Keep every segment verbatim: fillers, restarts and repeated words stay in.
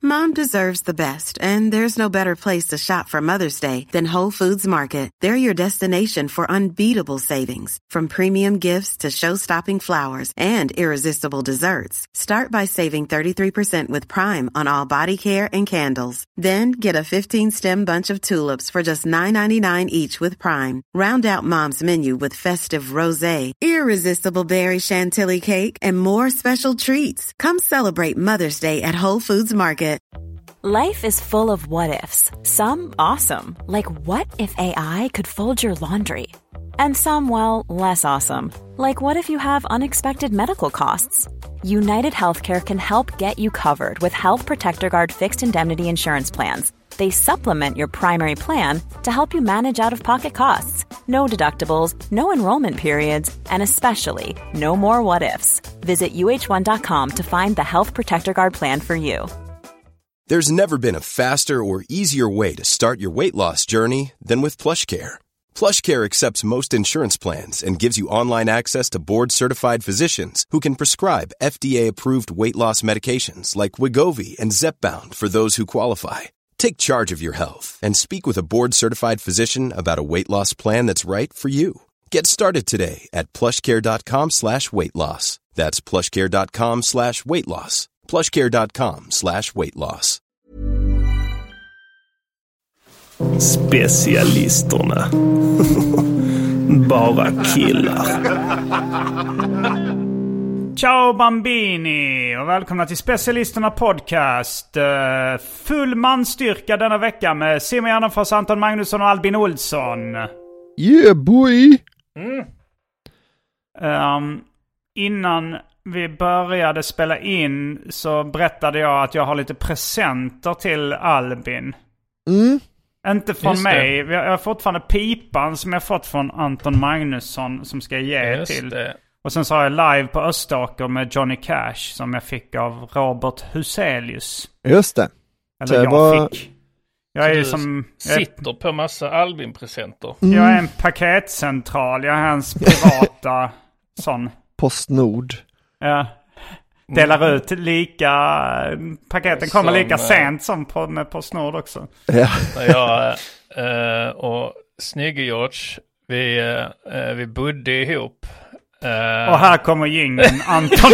Mom deserves the best, and there's no better place to shop for Mother's Day than Whole Foods Market. They're your destination for unbeatable savings, from premium gifts to show-stopping flowers and irresistible desserts. Start by saving thirty-three percent with Prime on all body care and candles. Then get a fifteen-stem bunch of tulips for just nine ninety-nine each with Prime. Round out Mom's menu with festive rosé, irresistible berry chantilly cake, and more special treats. Come celebrate Mother's Day at Whole Foods Market. Life is full of what-ifs. Some awesome, like what if A I could fold your laundry? And some, well, less awesome, like what if you have unexpected medical costs? United Healthcare can help get you covered with Health Protector Guard fixed indemnity insurance plans. They supplement your primary plan to help you manage out-of-pocket costs. No deductibles, no enrollment periods, and especially no more what-ifs. Visit U H one dot com to find the Health Protector Guard plan for you. There's never been a faster or easier way to start your weight loss journey than with PlushCare. PlushCare accepts most insurance plans and gives you online access to board-certified physicians who can prescribe F D A-approved weight loss medications like Wegovy and Zepbound for those who qualify. Take charge of your health and speak with a board-certified physician about a weight loss plan that's right for you. Get started today at plushcare.com slash weight loss. That's plushcare.com slash weight loss. plushcare.com slash weight loss. Specialisterna. Bara killar. Ciao Bambini och välkomna till Specialisterna podcast. Full manstyrka denna vecka med Simon Gärdenfors, Anton Magnusson och Albin Olsson. Yeah boy! Mm. Um, innan vi började spela in så berättade jag att jag har lite presenter till Albin. Mm. Inte från mig. Jag har fortfarande pipan som jag fått från Anton Magnusson som ska ge Just till. Det. Och sen så har jag live på Österåker med Johnny Cash som jag fick av Robert Huselius. Just det. Eller så jag var... fick. Jag är som... sitter på massa Albin-presenter. Mm. Jag är en paketcentral. Jag är hans privata sån. Postnord. Ja. Delar ut lika... Paketen kommer som, lika sent som på, med Postnord också. Ja. Jag äh, och Snygge George, vi, äh, vi bodde ihop. Uh... Och här kommer jingeln Anton.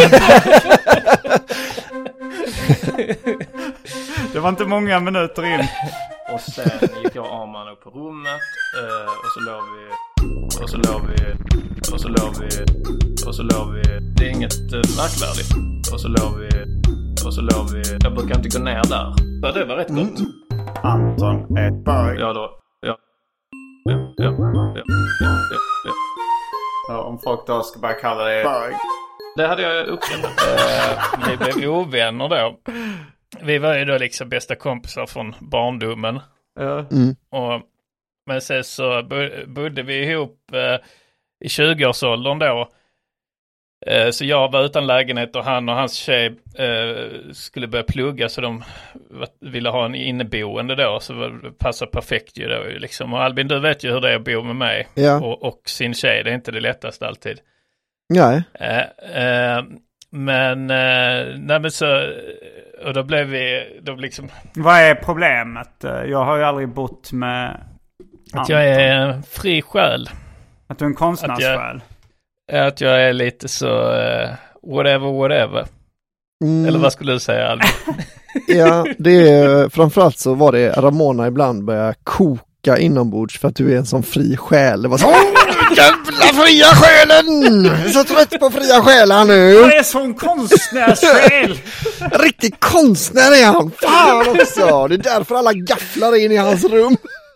Det var inte många minuter in. Och sen gick jag och Arman upp på rummet uh, och så låg vi och så låg vi och så låg vi och så låg vi det är inget uh, märkvärdigt. Och så låg vi och så låg vi jag brukar inte gå ner där. Så det var rätt gott. Mm. Anton är bög. Ja då. Ja. Ja, ja, ja, ja, ja, ja. Ja, om folk då ska bara kalla det bög. Det hade jag uppskattat. uh, Vi blev ovänner då. Vi var ju då liksom bästa kompisar från barndomen. Ja. Mm. Och, men sen så bodde vi ihop uh, i tjugoårsåldern då. Uh, så jag var utan lägenhet och han och hans tjej uh, skulle börja plugga så de ville ha en inneboende då. Så det passade perfekt ju då liksom. Och Albin, du vet ju hur det är att bo med mig ja. och, och sin tjej. Det är inte det lättaste alltid. Nej. Uh, uh, men, uh, nej men så... Och då blev vi då liksom... Vad är problemet? Jag har ju aldrig bott med Att Anton. Jag är en fri själ. Att du är en konstnärssjäl. Att, att jag är lite så uh, whatever, whatever. Mm. Eller vad skulle du säga, Albin? Ja, det är, framförallt så var det Ramona ibland började koka inombords för att du är en sån fri själ. Det var så, jävla fria själen! Jag är så trött på fria själar nu. Jag är sån konstnärssjäl. Riktigt konstnär är han. Fan också. Det är därför alla gafflar in i hans rum.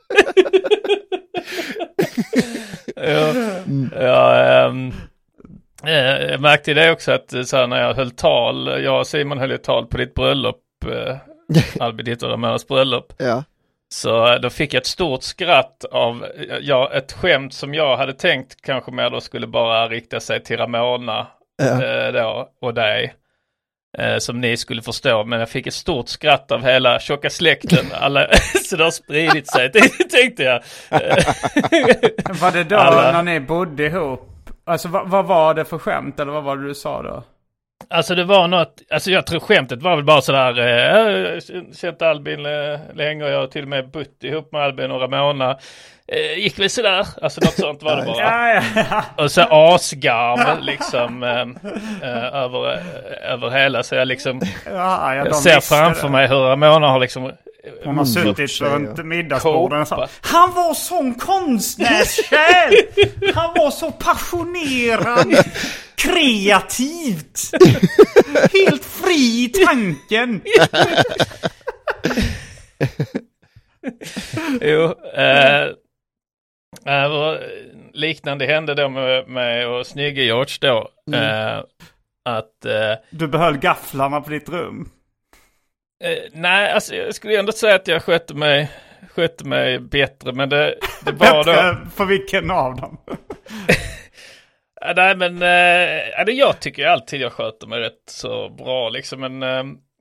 ja, ja um, jag märkte det också att så här, när jag höll tal, jag och Simon höll ett tal på ditt bröllop, uh, Albin, ditt och Ramonas bröllop. Ja. Så då fick jag ett stort skratt av ja, ett skämt som jag hade tänkt kanske mer då skulle bara rikta sig till Ramona ja. eh, då, och dig. Eh, som ni skulle förstå. Men jag fick ett stort skratt av hela tjocka släkten. Alla, så det har spridit sig, tänkte jag. Var det då alla... när ni bodde ihop? Alltså vad, vad var det för skämt? Eller vad var det du sa då? Alltså det var något, alltså jag tror skämtet var väl bara sådär, eh, jag har känt Albin eh, länge och jag har till och med bott ihop med Albin några månader. Eh, gick väl sådär, alltså något sånt var det bara. Ja, ja, ja. Och så asgarv liksom eh, eh, över, eh, över hela, så jag liksom Ja, ja, jag ser framför det. mig hur Ramona har liksom hon har suttit runt middagsborden och sagt, han var sån konstnärssjäl! Han var så passionerad, kreativt, helt fri i tanken. Jo, eh, äh, liknande hände då med, med och Snygge George då. Mm. Eh, att eh, du behöll gafflarna på ditt rum. Eh, nej, alltså jag skulle ändå säga att jag skötte mig, skötte mig bättre, men det, det var bättre då... för vilken av dem? ja, nej, men eh, jag tycker alltid jag sköter mig rätt så bra liksom, men eh,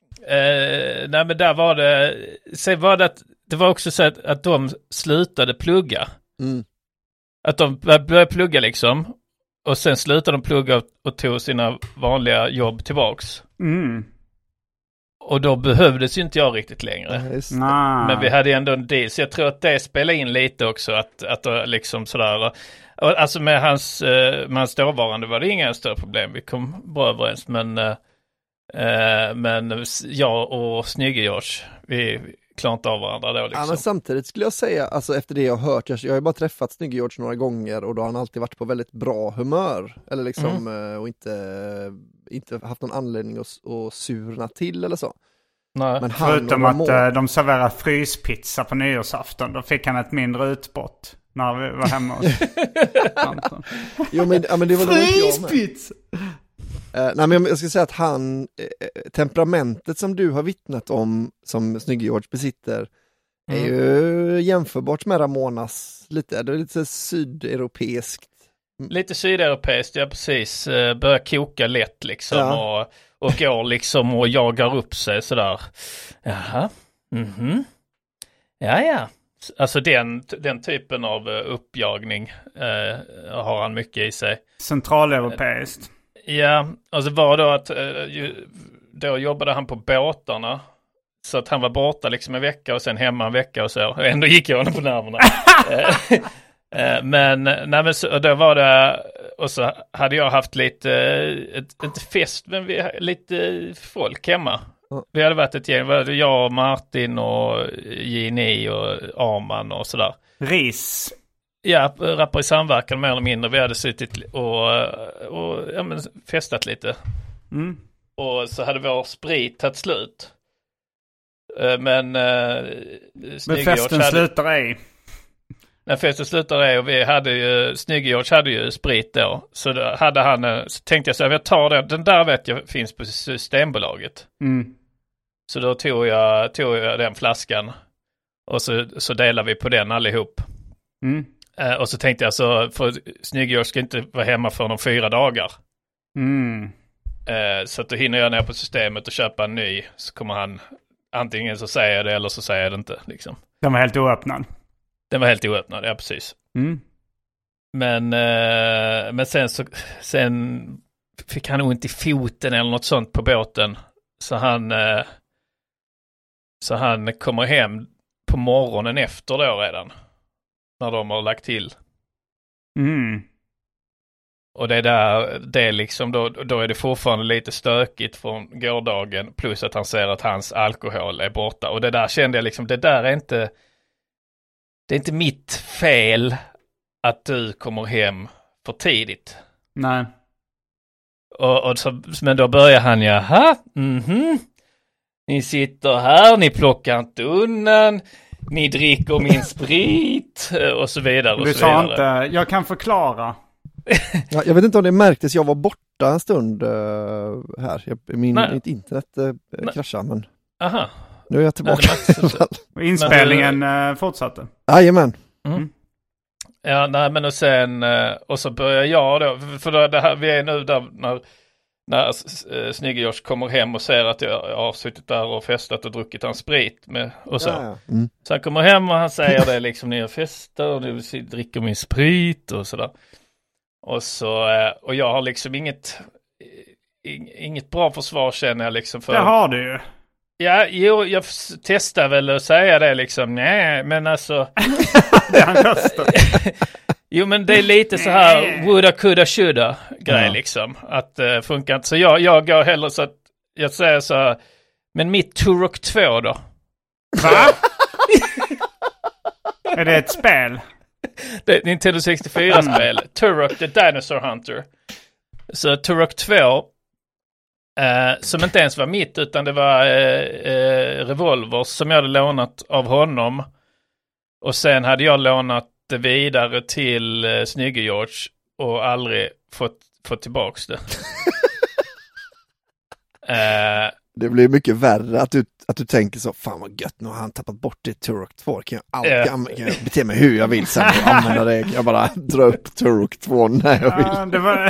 nej, men där var det, så var det att det var också så att, att de slutade plugga. Mm. Att de började plugga liksom, och sen slutade de plugga och, och tog sina vanliga jobb tillbaks. Mm. Och då behövdes ju inte jag riktigt längre. Nah. Men vi hade ändå en deal. Så jag tror att det spelar in lite också. Att, att liksom sådär. Och alltså med hans, med hans dåvarande var det inga större problem. Vi kom bra överens. Men, äh, men jag och Snygge George, vi klarade inte av varandra då liksom. Ja, men samtidigt skulle jag säga, alltså efter det jag har hört, jag, jag har ju bara träffat Snygge George några gånger och då har han alltid varit på väldigt bra humör. Eller liksom, mm. och inte... inte haft någon anledning att, att surna till eller så. Nej. Men förutom att må... de serverar fryspizza på nyårsafton, då fick han ett mindre utbrott när vi var hemma hos jo, men, ja, men det var fryspizza! Uh, nej, men jag ska säga att han eh, temperamentet som du har vittnat om som Snygge George besitter mm. är ju jämförbart med Ramonas lite. Det är lite sydeuropeiskt. Lite sydeuropeiskt, ja precis. Börjar koka lätt liksom ja. och, och går liksom och jagar upp sig sådär. Jaha, mhm. Ja, ja. Alltså den, den typen av uppjagning eh, har han mycket i sig. Centraleuropeiskt. Ja, alltså var då att eh, då jobbade han på båtarna. Så att han var borta liksom en vecka och sen hemma en vecka och så. Och ändå gick jag honom på nerverna. Men, nej, men så, då var det, och så hade jag haft lite, ett, inte fest, men vi, lite folk hemma. Mm. Vi hade varit ett gäng, jag, Martin och Gini och Arman och sådär. Ris. Ja, rappar i samverkan mer eller mindre. Vi hade suttit och, och ja, men, festat lite. Mm. Och så hade vår sprit tagit slut. Men, uh, men festen hade... slutar ej. När festen slutade det och vi hade ju, Snygge George hade ju sprit då. Så då hade han, så tänkte jag så här, jag tar den, den där vet jag finns på Systembolaget. Mm. Så då tog jag, tog jag den flaskan och så, så delade vi på den allihop. Mm. Eh, och så tänkte jag så, för Snygge George ska inte vara hemma för de fyra dagar. Mm. Eh, så att då hinner jag ner på systemet och köpa en ny, så kommer han, antingen så säger jag det eller så säger jag det inte liksom. Den var helt oöppnad. Den var helt oöppnad, ja precis. Mm. Men, eh, men sen så sen fick han ont i foten eller något sånt på båten. Så han eh, så han kommer hem på morgonen efter då redan. När de har lagt till. Mm. Och det där, det liksom, då, då är det fortfarande lite stökigt från gårdagen. Plus att han ser att hans alkohol är borta. Och det där kände jag liksom, det där är inte... Det är inte mitt fel att du kommer hem för tidigt. Nej. Och, och så, men då börjar han, jaha, mhm. Ni sitter här, ni plockar inte undan, ni dricker min sprit och så vidare. Och du så sa vidare. Inte, jag kan förklara. Ja, jag vet inte om det märktes, jag var borta en stund uh, här. Jag, min, mitt internet uh, kraschade, men... Aha. Nu är jag tillbaka. Och inspelningen men, fortsatte. Jajamän. Mm. Mm. Ja, nej, men och sen och så börjar jag då, för då, det här, vi är nu där när, när Snygge George kommer hem och ser att jag har suttit där och festat och druckit hans sprit med, och så. Ja, ja. Mm. Så han kommer hem och han säger det liksom, ni har festat och ni dricker min sprit och sådär. Och så, och jag har liksom inget inget bra försvar känner jag liksom för... Det har du ju. Ja, jo, jag f- testar väl att säga det liksom. Nej, men alltså... Det är han röstar. Jo, men det är lite så här woulda, coulda, shoulda grej ja. liksom. Att det uh, funkar inte. Så jag, jag går hellre så att jag säger så här, men mitt Turok två då? Va? Är det ett spel? Det är ett Nintendo sextiofyra-spel. Turok the Dinosaur Hunter. Så Turok två, eh, som inte ens var mitt, utan det var eh, eh, Revolvers som jag hade lånat av honom. Och sen hade jag lånat det vidare till eh, Snygge George och aldrig fått, fått tillbaks det. eh, Det blir mycket värre att du, att du tänker så, fan vad gött, nu har han tappat bort det Turok två, kan jag alltid yeah. använda, kan jag bete mig hur jag vill sen och använda det, kan jag bara dra upp Turok två när jag vill. Ja, det, var,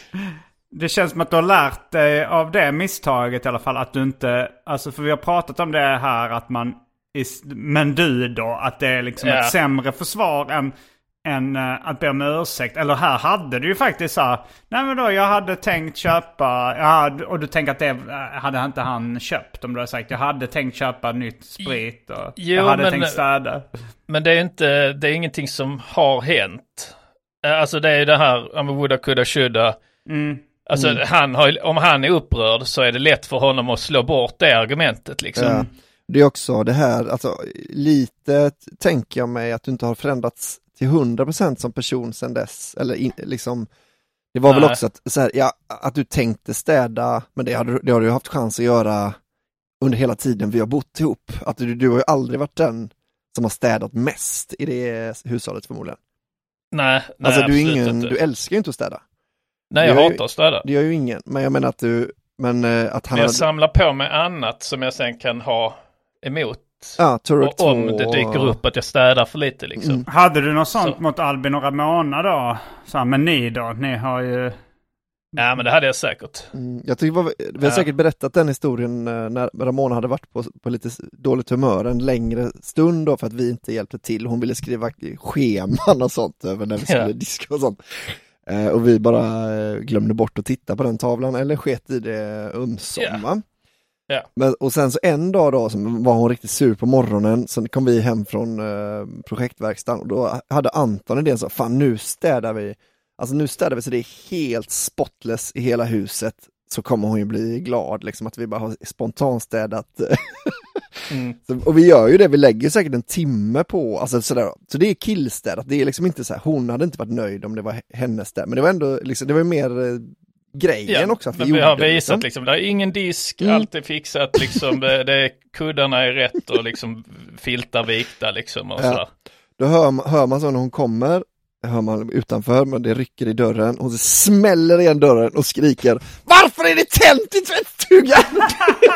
det känns som att du har lärt dig av det misstaget i alla fall, att du inte, alltså för vi har pratat om det här att man, is, men du då, att det är liksom yeah. ett sämre försvar än än uh, att be om ursäkt. Eller här hade du ju faktiskt så här, nej men då jag hade tänkt köpa, ja, och du tänker att det uh, hade inte han köpt, om du har sagt jag hade tänkt köpa nytt sprit och jo, jag hade men, tänkt städa. Men det är inte, det är ingenting som har hänt. Alltså det är ju det här, om woulda, coulda, shoulda. Mm. Alltså mm. han har, om han är upprörd så är det lätt för honom att slå bort det argumentet liksom. Ja. Det är också det här, alltså lite tänker jag mig att du inte har förändrats till hundra procent som person sedan dess. Eller in, liksom, det var Nej. väl också att, så här, ja, att du tänkte städa, men det har, det har du haft chans att göra under hela tiden vi har bott ihop. Att du, du har ju aldrig varit den som har städat mest i det hushållet förmodligen. Nej, nej alltså, du, är ingen, inte. du älskar ju inte att städa. Nej, jag hatar att städa. Det gör ju ingen, men jag menar att du... Men, att han men jag hade... samlar på mig annat som jag sen kan ha emot. Ja, Turok om två... det dyker upp att jag städar för lite liksom. Mm. Hade du något sånt så. Mot Albin och Ramona då? Så, men ni då? Ni har ju... Ja, men det hade jag säkert. Mm, jag tycker var, vi har ja. säkert berättat den historien när Ramona hade varit på, på lite dåligt humör en längre stund då, för att vi inte hjälpte till. Hon ville skriva scheman och sånt över när vi skulle ja. diska och sånt. Eh, och vi bara eh, glömde bort att titta på den tavlan eller sket i det umsom, ja. va? Ja. Men, och sen så en dag då som var hon riktigt sur på morgonen, så kom vi hem från eh, projektverkstaden och då hade Anton idén så, fan nu städar vi, alltså nu städar vi så det är helt spotless i hela huset, så kommer hon ju bli glad liksom att vi bara har spontanstädat. mm. så, och vi gör ju det, vi lägger säkert en timme på, alltså sådär, så det är killstädat, det är liksom inte så här, hon hade inte varit nöjd om det var hennes där, men det var ändå liksom, det var mer eh, grejen ja, också att vi, vi gjorde har visat liksom. liksom, det är ingen disk, mm. allt är fixat liksom, det, det är kuddarna är rätt och liksom filtar vikta liksom och ja. sådär. Då hör, hör man så när hon kommer, hör man utanför, men det rycker i dörren, hon smäller igen dörren och skriker, varför är det tänt i tvättstugan?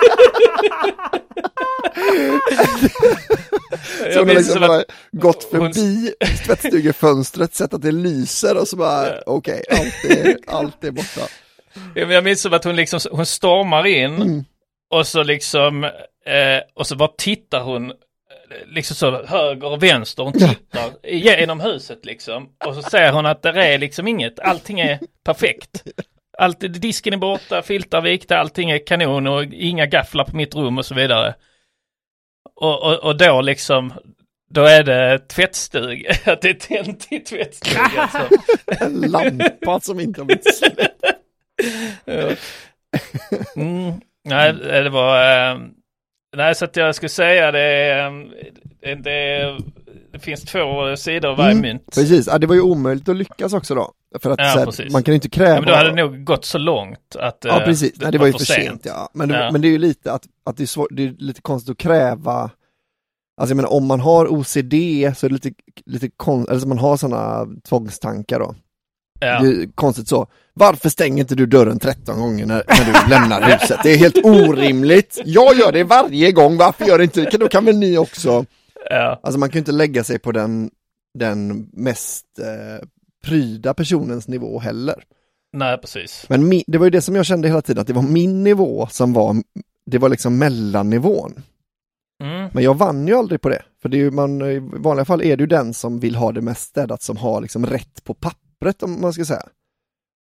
Så hon har liksom bara att... gått förbi hon... tvättstugefönstret, sett att det lyser och så bara, ja. okej, okay, allt, är, allt är borta. Ja, men jag minns som att hon liksom, hon stormar in mm. och så liksom, eh, och så bara tittar hon liksom så höger och vänster, hon tittar ja. genom huset liksom, och så ser hon att det är liksom inget, allting är perfekt. Allt, disken är borta, filtar vikta, allting är kanon och inga gafflar på mitt rum och så vidare. Och, och, och då liksom, då är det tvättstug, att det är tänt i tvättstugan. Alltså. En lampa som inte har blivit släppt. ja. mm. Nej, det var... Äh, nej, så att jag skulle säga det, det, det, det finns två sidor av varje mm, mynt. Precis, ja, det var ju omöjligt att lyckas också då. För att ja, så här, man kan inte kräva... Ja, men då hade det nog gått så långt att ja, precis. det, nej, det var, var ju för sent. sent ja. Men, det, ja. men det är ju lite att, att det, är svår, det är lite konstigt att kräva... Alltså jag menar, om man har O C D så är det lite, lite konstigt, alltså man har sådana tvångstankar då. Ja. Det är konstigt så. Varför stänger inte du dörren tretton gånger när, när du lämnar huset? Det är helt orimligt. Jag gör det varje gång. Varför gör det inte? Då kan väl ni också. Ja. Alltså man kan ju inte lägga sig på den, den mest eh, pryda personens nivå heller. Nej, precis. Men mi, det var ju det som jag kände hela tiden. Att det var min nivå som var, det var liksom mellannivån. Mm. Men jag vann ju aldrig på det. För det är ju man, i vanliga fall är det ju den som vill ha det mest städat som har liksom rätt på pappret, om man ska säga.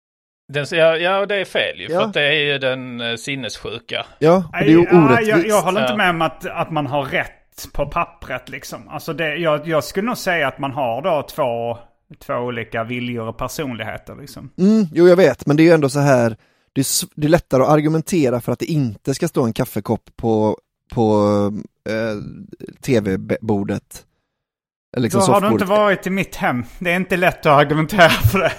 Den, ja, ja, det är fel ju, ja. för att det är ju den uh, sinnessjuka. Ja, och det är ju orättvist. Jag, jag håller inte ja. med om att, att man har rätt på pappret liksom. Alltså det, jag, jag skulle nog säga att man har då två, två olika viljor och personligheter liksom. Mm, jo, jag vet, men det är ju ändå så här, det är, det är lättare att argumentera för att det inte ska stå en kaffekopp på, på eh, tv-bordet. Liksom då har du inte varit i mitt hem. Det är inte lätt att argumentera för det.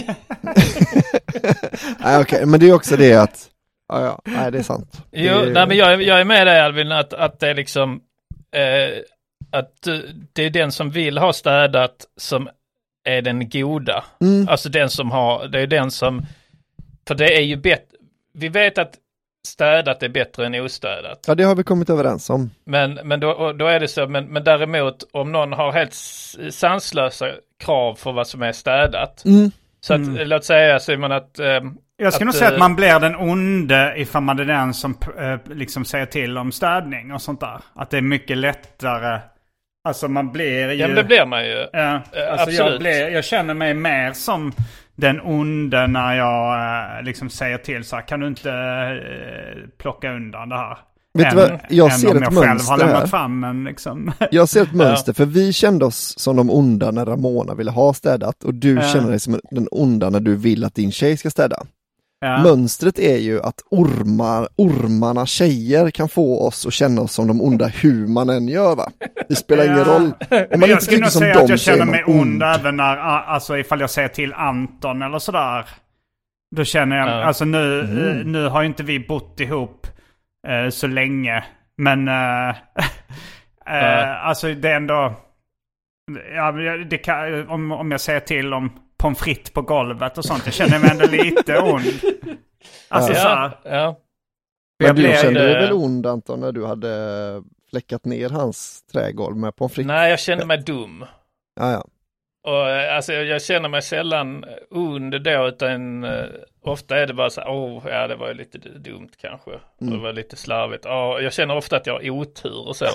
Nej, okej, okay. Men det är också det att ja, ja, nej, det är sant. Jo, det är... nej, men jag, jag är med dig, Alvin, att, att det är liksom eh, att det är den som vill ha städat som är den goda. Mm. Alltså den som har, det är den som, för det är ju bättre, vi vet att städat är bättre än ostädat. Ja, det har vi kommit överens om. Men, men då, då är det så, men, men däremot om någon har helt sanslösa krav för vad som är städat. Mm. Så att, mm. låt säga, säger man att... Eh, jag skulle nog säga att man blir den onde ifall man är den som eh, liksom säger till om städning och sånt där. Att det är mycket lättare. Alltså man blir ju... Ja, men det blir man ju. Eh, alltså Absolut. Jag, blir, jag känner mig mer som den onde när jag eh, liksom säger till så här, kan du inte eh, plocka undan det här? Vet du vad? Jag ser ett jag mönster har lämnat här. Fram, men liksom... Jag ser ett mönster, för vi kände oss som de onda när Ramona ville ha städat, och du äh. känner dig som den onda när du vill att din tjej ska städa. Äh. Mönstret är ju att ormar, ormarna tjejer kan få oss att känna oss som de onda hur man än gör, va? Det spelar ja. ingen roll. Om man jag skulle nog säga att jag känner mig ond, ond även när, alltså ifall jag säger till Anton eller sådär. Då känner jag, ja. alltså nu, mm. nu har ju inte vi bott ihop Uh, så länge, men uh, uh, uh. alltså det är ändå ja, det kan, om, om jag säger till om pommes frites på golvet och sånt, jag känner mig ändå lite ond. Alltså ja, så här, ja. Men du kände dig väl ond, Anton, när du hade fläckat ner hans trägolv med pommes frites? Nej, jag kände mig dum. Ja, ja. Och alltså jag känner mig sällan ond då, utan uh, ofta är det bara så här, åh, oh, ja det var ju lite dumt kanske. Mm. Det var lite slarvigt. Oh, jag känner ofta att jag har otur och så.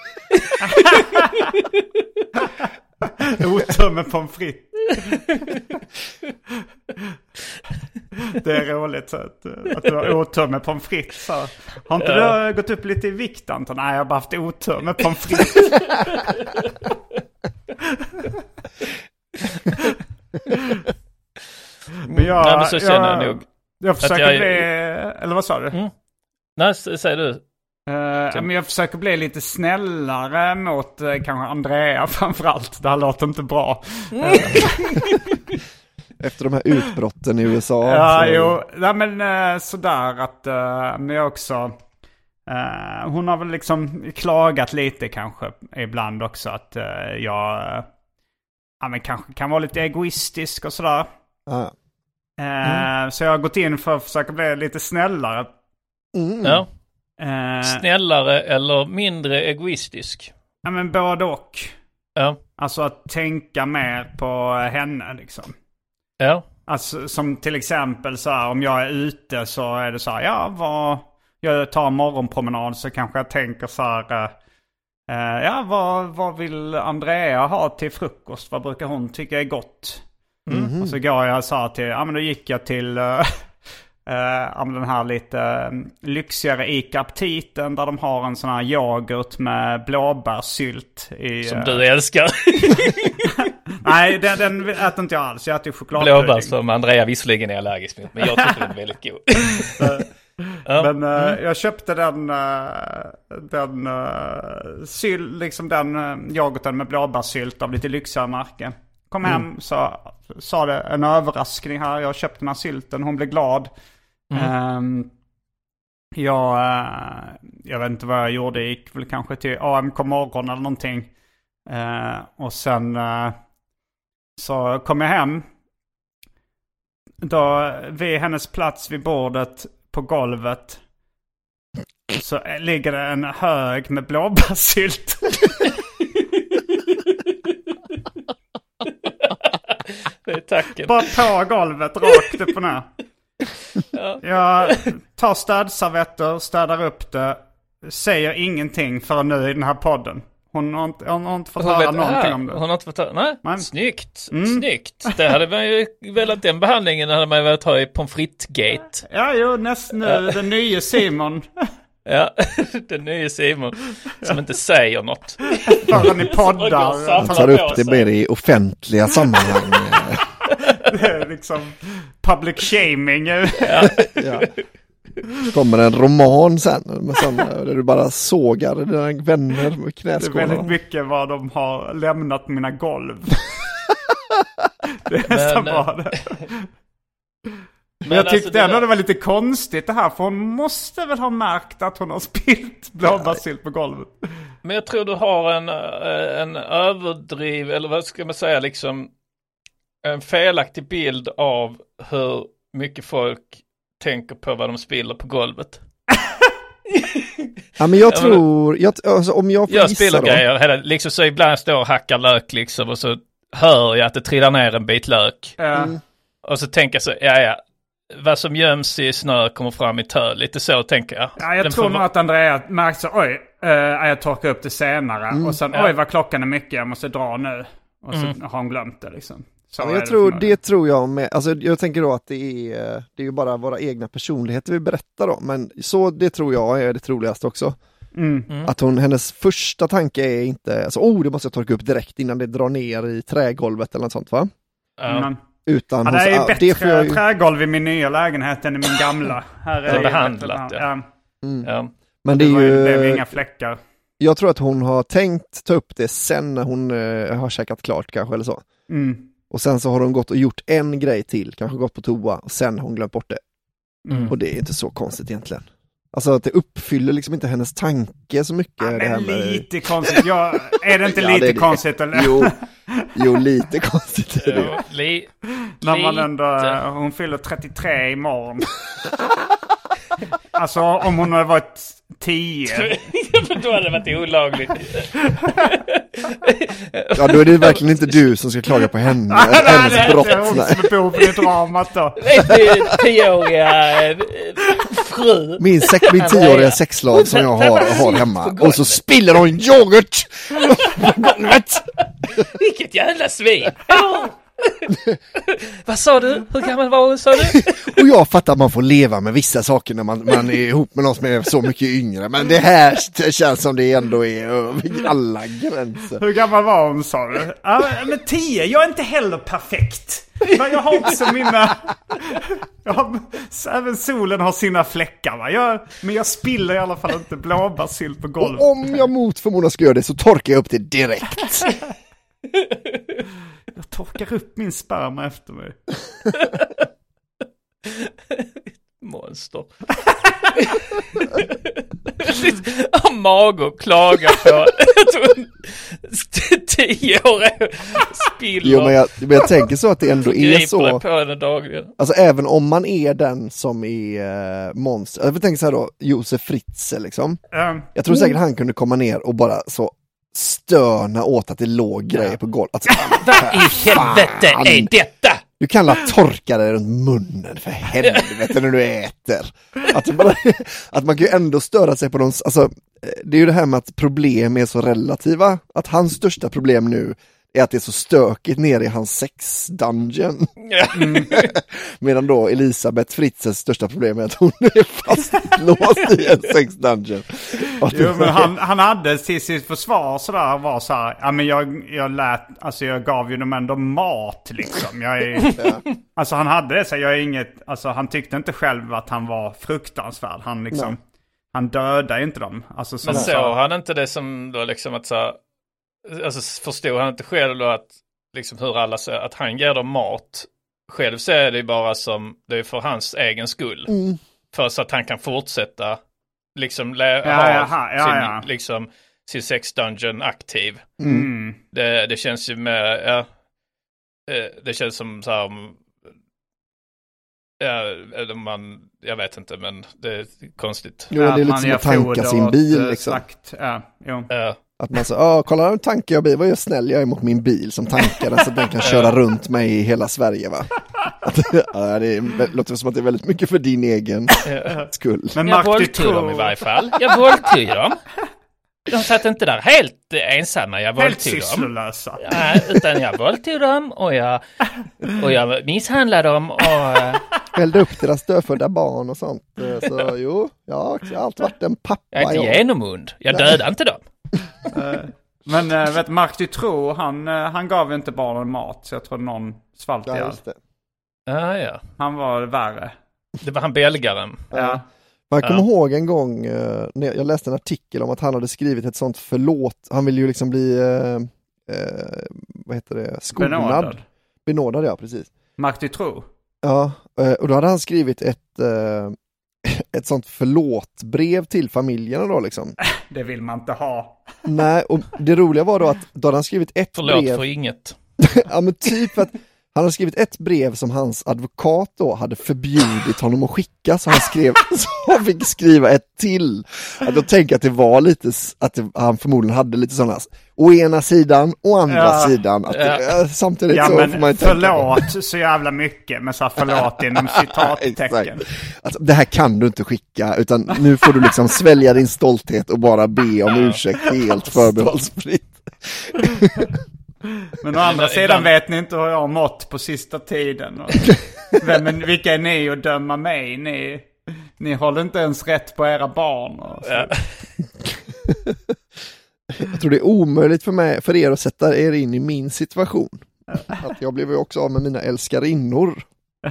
Otur med pommes frites. Det är roligt så att, att du har otur med pommes frites. Så. Har inte ja. du gått upp lite i vikt, Anton? Nej, jag har bara haft otur med pommes frites. Men jag, Nej, men så känner jag, jag nog. Jag försöker jag... bli, eller vad sa du? Mm. Nej, säger du. Uh, men jag försöker bli lite snällare mot uh, kanske Andrea framförallt. Det här låter inte bra. Mm. Efter de här utbrotten i U S A. Ja, så... jo. Nej, men uh, sådär att uh, men jag också... Uh, hon har väl liksom klagat lite kanske ibland också att uh, jag uh, ja, men kanske kan vara lite egoistisk och sådär. Ah. Uh, mm. Så jag har gått in för att försöka bli lite snällare. Mm. Ja. Uh, snällare eller mindre egoistisk? Ja, men både och. Ja. Alltså att tänka mer på henne liksom. Ja. Alltså som till exempel så här, om jag är ute så är det så här, ja vad... Jag tar en morgonpromenad så kanske jag tänker så här... Uh, ja, vad, vad vill Andrea ha till frukost? Vad brukar hon tycka är gott? Mm-hmm. Och så går jag så här till... Ja, men då gick jag till... Uh, uh, den här lite uh, lyxigare Ica-aptiten där de har en sån här yoghurt med blåbärssylt i... Som uh... du älskar. Nej, den, den äter inte jag alls. Jag äter ju chokladpudding. Blåbär som Andrea visserligen är allergisk mot, men jag tycker den är väldigt god. Ja. Men uh, mm. jag köpte den uh, den uh, syl, liksom den uh, yoghurten med blåbärssylt av lite lyxigare märke. Kom hem mm. så sa det en överraskning här. Jag köpte den här sylten. Hon blev glad. Mm. Um, jag, uh, jag vet inte vad jag gjorde. Jag gick väl kanske till A M K morgon eller någonting. Uh, och sen uh, så kom jag hem. Då vid hennes plats vid bordet på golvet så ligger det en hög med blåbärssylt. Det är tacken. Bara på golvet, rakt upp och ner. Ja. Jag tar städservetter, städar upp det, säger ingenting förrän nu i den här podden. Hon har inte, hon har inte fått höra någonting här. om det. Hon har inte fått höra, nej. Men. Snyggt, Mm. snyggt. Det hade man ju velat, den behandlingen hade man ju velat ha i pommes frites-gate. Ja, jo, näst nu, den nya Simon. Ja, den nya Simon som inte säger något. Förrän i poddar. Han tar upp det mer i offentliga sammanhang. Det är liksom public shaming. Ja. Ja. Kommer en roman sen med sådana, där du bara sågar dina vänner med knäskålar. Det är väldigt mycket vad de har lämnat mina golv. Det är nästan Men, bara det. Men, Men jag tyckte alltså ändå det, det var lite konstigt det här. För hon måste väl ha märkt att hon har spilt blåbärsylt på golvet. Men jag tror du har en, en överdriv, eller vad ska man säga, liksom en felaktig bild av hur mycket folk tänker på vad de spiller på golvet. Ja, men jag tror, jag, alltså, om jag får Jag gissa spiller då. grejer, hela, liksom så ibland står och hackar lök liksom, och så hör jag att det trillar ner en bit lök. Mm. Och så tänker jag så, ja ja, vad som göms i snö kommer fram i tö, lite så tänker jag. Ja, jag Den tror får nog va- att Andrea märkte så, oj, äh, jag torkar upp det senare. Mm. Och sen, Ja. oj vad klockan är mycket, jag måste dra nu. Och så Mm. har hon glömt det liksom. Så Ja, är jag det tror, för det tror jag med, alltså jag tänker då att det är, det är ju bara våra egna personligheter vi berättar om, men så det tror jag är det troligaste också. Mm. Mm. Att hon, hennes första tanke är inte, alltså, oh det måste jag torka upp direkt innan det drar ner i trägolvet eller något sånt, va? Ja. Men, Utan ja, hon det är ju sa, ah, bättre det får jag ju... trägolv i min nya lägenhet än i min gamla. Här Det är ju behandlat, bättre- ja. Mm. Ja. Men det Det, är var ju, det blev ju, inga fläckar. jag tror att hon har tänkt ta upp det sen när hon eh, har käkat klart kanske eller så. Mm. Och sen så har hon gått och gjort en grej till, kanske gått på toa och sen har hon glömt bort det. Mm. Och det är inte så konstigt egentligen. Alltså att det uppfyller liksom inte hennes tanke så mycket. Ja, det här men med... lite konstigt. Jag, är det inte Ja, lite det är det. konstigt? Eller? Jo, jo, lite konstigt är det. Ja, li- När man lite. ändå, hon fyller trettiotre imorgon. Alltså om hon hade varit tio. Då hade det varit olagligt. Ja, då är det verkligen inte du som ska klaga på henne. Hennes brott. Det är hon Nej. som är boven i dramat då. Tioåriga eh, fru. Min, sex, min tioåriga sexslav som jag har, har hemma. Och så spiller hon yoghurt på golvet. Vilket jävla svin. Vad sa du? Hur gammal var hon, sa du? Och jag fattar att man får leva med vissa saker när man, man är ihop med någon som är så mycket yngre. Men det här det känns som det ändå är över alla gränser. Hur gammal var hon, sa du? Ja, men tio, jag är inte heller perfekt. Men jag har också mina... Jag har, även solen har sina fläckar, va? Jag, men jag spiller i alla fall inte blåbärsylt på golvet. Och om jag mot förmodan ska göra det så torkar jag upp det direkt. Jag torkar upp min sperma efter mig. Monster. Har mag och klagar på att hon tio år spiller. Jo, men jag, men jag tänker så att det ändå är Griper så. på henne dagligen. Alltså även om man är den som är uh, monster. Jag tänker så här då, Josef Fritzl liksom. Um, Jag tror säkert han kunde komma ner och bara så stöna åt att det låg grejer på golvet. Alltså, Vad i helvete är detta? du kan la torka dig runt munnen för helvete när du äter. Att, det bara, att man kan ju ändå störa sig på de... Alltså, det är ju det här med att problem är så relativa. Att hans största problem nu är att det är så stökigt nere i hans sex-dungeon. Mm. Medan då Elisabeth Fritzels största problem är att hon är fastlåst i en sex-dungeon. Jo, men han, han hade till sitt försvar sådär, var så här, ja men jag, jag lät, alltså jag gav ju dem ändå mat liksom. Jag är, alltså han hade det så, jag är inget, alltså han tyckte inte själv att han var fruktansvärd. Han liksom, Nej. han dödade inte dem. Alltså som Men så, så han inte det som då liksom att så, alltså förstod han inte själv då att liksom hur alla säger att han ger dem mat. Själv så är det bara som, det är för hans egen skull. Mm. För så att han kan fortsätta liksom lä- Ja, ha jaha, ja, sin, ja. liksom sin sex dungeon aktiv. mm. Det, det känns ju med, ja, eh, det känns som så här, om- ja, eller man, jag vet inte, men det är konstigt. Jo, det är lite man som ger att tanka foder sin åt, bil eh, liksom. Slakt. Ja, jo. Ja. Att man säger, ja kolla nu tankar jag bil, vad jag snäll jag är mot min bil som tankar den så att den kan köra runt mig i hela Sverige, va? Att, ja, det är, låter som att det är väldigt mycket för din egen skull. Men Jag Mark våldtog dem i Dutroux, varje fall. Jag våldtog dem. De satt inte där helt ensamma. Jag helt sysslolösa. Ja, utan jag våldtog dem och jag, och jag misshandlade dem och... Hällde upp deras dödfödda barn och sånt. Så jo, jag har alltid varit en pappa. Jag är inte genomund. Jag dödade inte dem. Men vet Marc Dutroux, han, han gav inte barnen mat. Så jag tror någon svalt ja, i allt. Ah, ja. Han var värre. Det var han belgaren. Ja. Man kommer ja. ihåg en gång uh, när jag läste en artikel om att han hade skrivit ett sånt förlåt. Han ville ju liksom bli uh, uh, vad heter det? Skonad. Benådad. Benådad, ja, precis. Marc Dutroux. Ja, uh, och då hade han skrivit ett uh, ett sånt förlåtbrev till familjerna då liksom. Det vill man inte ha. Nej, och det roliga var då att då hade han skrivit ett Förlåt brev. för inget. Ja, men typ att han har skrivit ett brev som hans advokat då hade förbjudit honom att skicka, så han skrev så han fick skriva ett till. Att jag tänker att det var lite att det, han förmodligen hade lite sådana å ena sidan och andra ja, sidan att det, ja. samtidigt ja, så men får man inte förlåt så jävla mycket med så förlåt inom citattecken. Alltså, det här kan du inte skicka, utan nu får du liksom svälja din stolthet och bara be om ursäkt helt förbehållsfritt. Men å andra sidan vet ni inte hur jag har mått på sista tiden. Och vem är, vilka är ni att döma mig? Ni, ni håller inte ens rätt på era barn. Och så. Ja. Jag tror det är omöjligt för, mig, för er att sätta er in i min situation. Att jag blev ju också av med mina älskarinnor.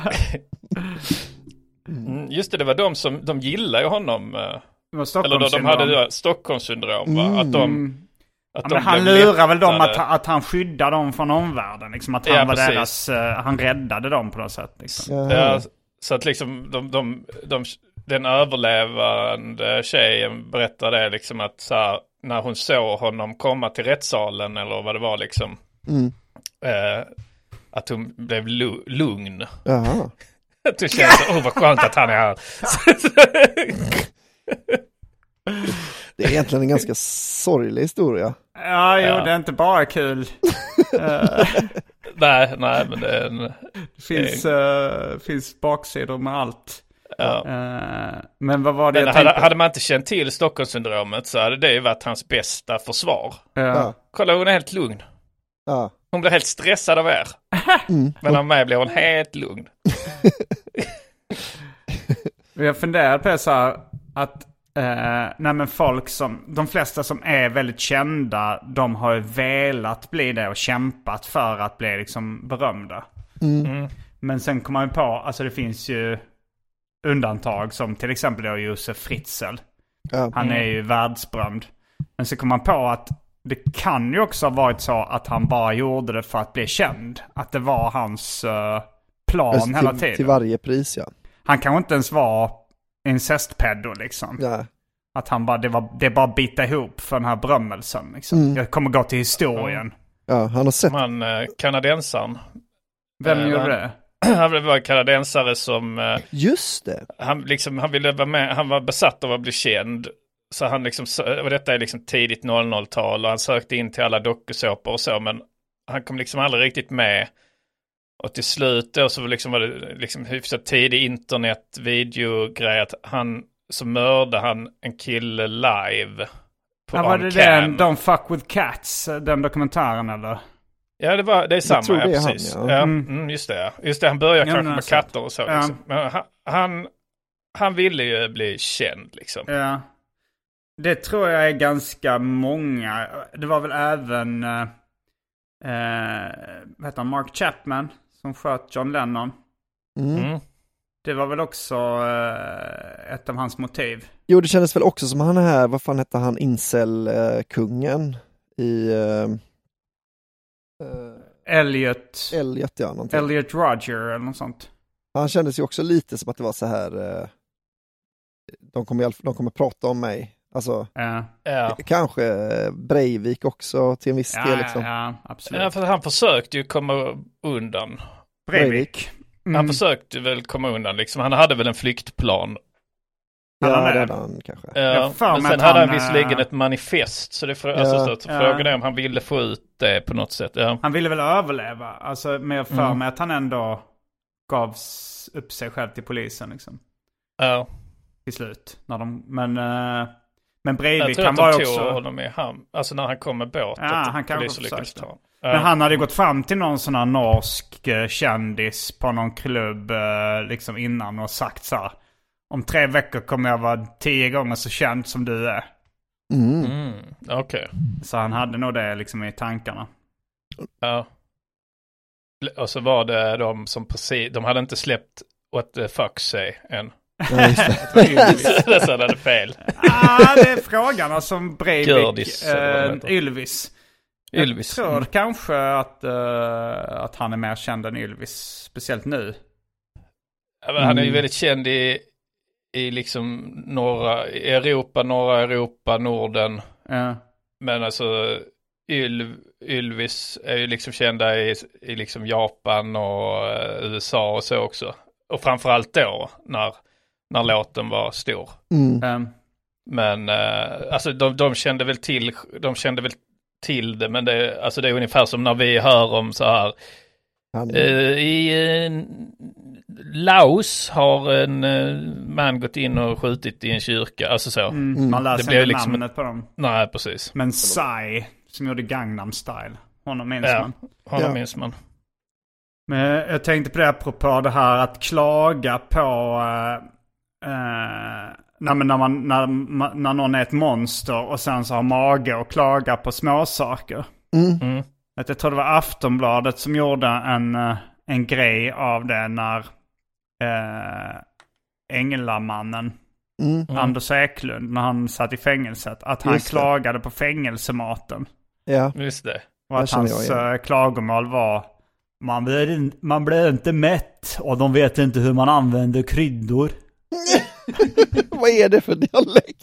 Mm, just det, det var de som de gillade honom. Eller då, de hade det Stockholmssyndrom. Va? Att de... Ja, men han lurar väl dem att, att han skyddar dem från omvärlden. Liksom, att han ja, var deras, uh, han räddade dem på något sätt. Liksom. Ja, så att liksom de, de, de, den överlevande tjejen berättade det liksom att så här, när hon såg honom komma till rättssalen eller vad det var liksom. Mm. Eh, att hon blev lu- lugn. Jaha. Det känns så, oh vad skönt att han är här. Det är egentligen en ganska sorglig historia. Ja, jo, ja. Det är inte bara kul. nej, nej, men det är en... Det finns, uh, finns baksidor med allt. Ja. Uh, men vad var det men jag hade, tänkte? hade man inte känt till Stockholmssyndromet så hade det ju varit hans bästa försvar. Ja. Ja. Kolla, hon är helt lugn. Ja. Hon blir helt stressad av er. Mm. Men av mig blir hon helt lugn. Jag funderar på så här att Uh, nej men folk som, de flesta som är väldigt kända, de har ju velat bli det och kämpat för att bli liksom berömda. Mm. Mm. Men sen kommer man ju på, alltså det finns ju undantag som till exempel då Josef Fritzl. Mm. Han är ju världsberömd. Men så kommer man på att det kan ju också ha varit så att han bara gjorde det för att bli känd. Att det var hans uh, plan alltså, hela tiden. Till varje pris, ja. Han kan inte ens vara incestpedo liksom. Ja. Att han bara, det var det bara bita ihop för den här berömmelsen liksom. Mm. Jag kommer gå till historien. Ja, han har sett. Man, eh, kanadensaren. Vem eh, gjorde han, det? Han var kanadensare som... Eh, Just det. Han, liksom, han ville vara med, han var besatt av att bli känd. Så han liksom, och detta är liksom tidigt noll noll-tal och han sökte in till alla dokusåpor och så, men han kom liksom aldrig riktigt med. Och till slut då så liksom var det liksom hyfsat tidig internet videogrej att han så mördade han en kille live på ja, var det den Don't Fuck With Cats, den dokumentären eller? Ja, det var det är samma, ja, det är precis. Han, ja. Ja, mm. mm, just det. Just det, han började ja, kanske med alltså. katter och så ja. liksom. Men han, han han ville ju bli känd liksom. Ja. Det tror jag är ganska många. Det var väl även eh, eh, vad heter han? Mark Chapman som sköt John Lennon. Mm. Mm. Det var väl också eh, ett av hans motiv. Jo, det kändes väl också som han här, vad fan hette han, incel-kungen i... Uh, uh, Elliot. Elliot, ja. Någonting. Elliot Rodger eller något sånt. Han kändes ju också lite som att det var så här... Uh, de, kommer, de kommer prata om mig. Alltså, ja. Ja. Kanske Breivik också till en viss ja, del. Liksom. Ja, absolut. Ja, för han försökte ju komma undan. Breivik. Mm. Han försökte väl komma undan liksom. Han hade väl en flyktplan. Ja, det hade han kanske. Ja, men sen hade han, han visserligen ett manifest. Så det för, ja. alltså, så, så ja. Frågan är om han ville få ut det på något sätt. Ja. Han ville väl överleva. Alltså med för mm. mig att han ändå gav upp sig själv till polisen liksom. Ja. Till slut. När de, men, uh, Men Breivik, han var tog också... honom i ham. Alltså när han kom med båt. Ja, han kanske försökte. Ja. Men han hade gått fram till någon sån här norsk uh, kändis på någon klubb uh, liksom innan och sagt så här: om tre veckor kommer jag vara tio gånger så känd som du är. Mm. Mm, okej. Okay. Så han hade nog det liksom i tankarna. Ja. Och så var det de som precis, de hade inte släppt What the fuck say än. Ja, just det. Det så hade fel. Ah, det är frågan alltså, Breivik, Gördis, äh, Ylvis. Ylvis. Jag tror mm. kanske att, uh, att han är mer känd än Ylvis, speciellt nu. Ja, men han är ju väldigt känd i, i liksom norra Europa, norra Europa, Norden. Ja. Men alltså Yl, Ylvis är ju liksom kända i, i liksom Japan och uh, U S A och så också. Och framförallt då när, när låten var stor. Mm. Um. Men uh, alltså de, de kände väl till de kände väl till det, men det, alltså det är ungefär som när vi hör om så här Han... uh, i uh, Laos har en uh, man gått in och skjutit i en kyrka, alltså så. Mm. Mm. Man läser inte liksom namnet på dem. Nej, precis. Men Psy, som gjorde Gangnam Style, honom minns ja, man. Honom ja. minns man. Men jag tänkte på det apropå det här att klaga på uh, uh, när, när, man, när, när någon är ett monster och sen så har mage och klaga på småsaker. Mm. Mm. Att jag tror det var Aftonbladet som gjorde en, en grej av det när uh, Änglamannen, Mm. Mm. Anders Eklund, när han satt i fängelset, att han klagade på fängelsematen. Ja. Just det. Och att hans uh, klagomål var: Man blir, man blir inte mätt och de vet inte hur man använder kryddor. Vad är det för dialekt?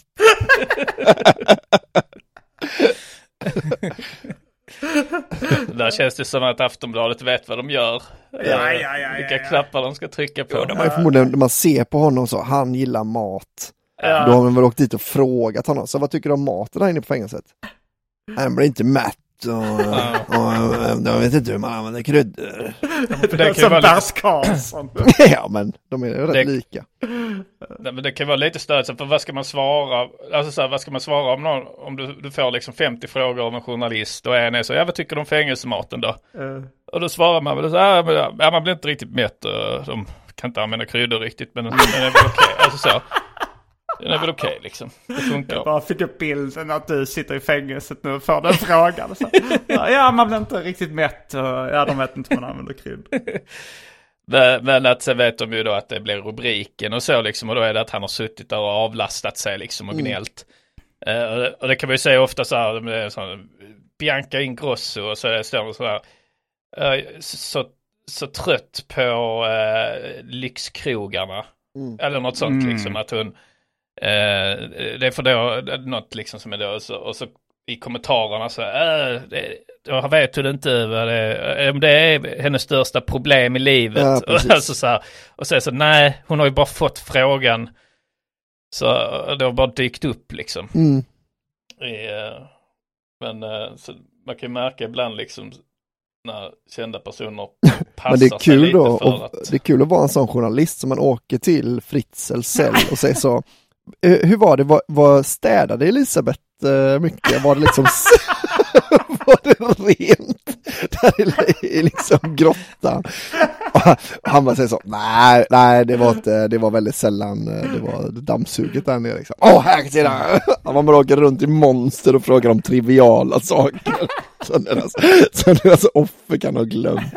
Där känns det som att Aftonbladet vet vad de gör. Ja, ja, ja, ja, Vilka ja, ja. knappar de ska trycka på. Ja, de har ju förmodligen, man ser på honom så, han gillar mat. Ja. Då har man väl åkt dit och frågat honom, så vad tycker du om maten där inne på fängelset? Han blir inte mätt. Och, och de vet inte hur man använder kryddor. Det, det som Bärs Karlsson. Ja, men de är rätt det, lika. Nej, men det kan vara lite stödsamt, för vad ska man svara? Alltså så här, vad ska man svara om någon, om du, du får liksom femtio frågor av en journalist och en är så, ja, vad tycker du om fängelsematen då? Uh. Och då svarar man väl så här, ja, ja, man blir inte riktigt mätt, de kan inte använda kryddor riktigt, men den är väl okej. Okay. Alltså så. Den är väl okej okay, liksom. Det funkar. Jag bara fick upp bilden att du sitter i fängelset nu och får den frågan. Så, ja, man blir inte riktigt mätt. Och, ja, de vet inte hur man använder krydd. men, men att så vet de ju då att det blir rubriken och så liksom. Och då är det att han har suttit där och avlastat sig liksom och gnällt. Mm. Uh, och, och det kan vi ju säga ofta så här, så här Bianca Ingrosso och så står det så här. Uh, så, så trött på uh, lyxkrogarna. Mm. Eller något sånt mm. liksom. Att hon... Uh, det är för då något liksom som är då så, och så i kommentarerna så uh, det, jag vet du inte vad det är, om det är hennes största problem i livet. Ja, och, alltså, så här, och så är så nej, hon har ju bara fått frågan, så det har bara dykt upp liksom. Mm. I, uh, men uh, så man kan ju märka ibland liksom när kända personer passar men det är kul sig lite då, för att... det är kul att vara en sån journalist som man åker till Fritzl cell och säger så. Hur var det? Var, var städade Elisabeth uh, mycket? Var det liksom var det rent där i, i liksom grottan? Och han bara säger så, nej, nej, det var inte, det var väldigt sällan, det var dammsuget där nere liksom. Åh, här kan jag se. Man bara åker runt i monster och frågar om triviala saker. Så deras, så deras offer kan ha glömt.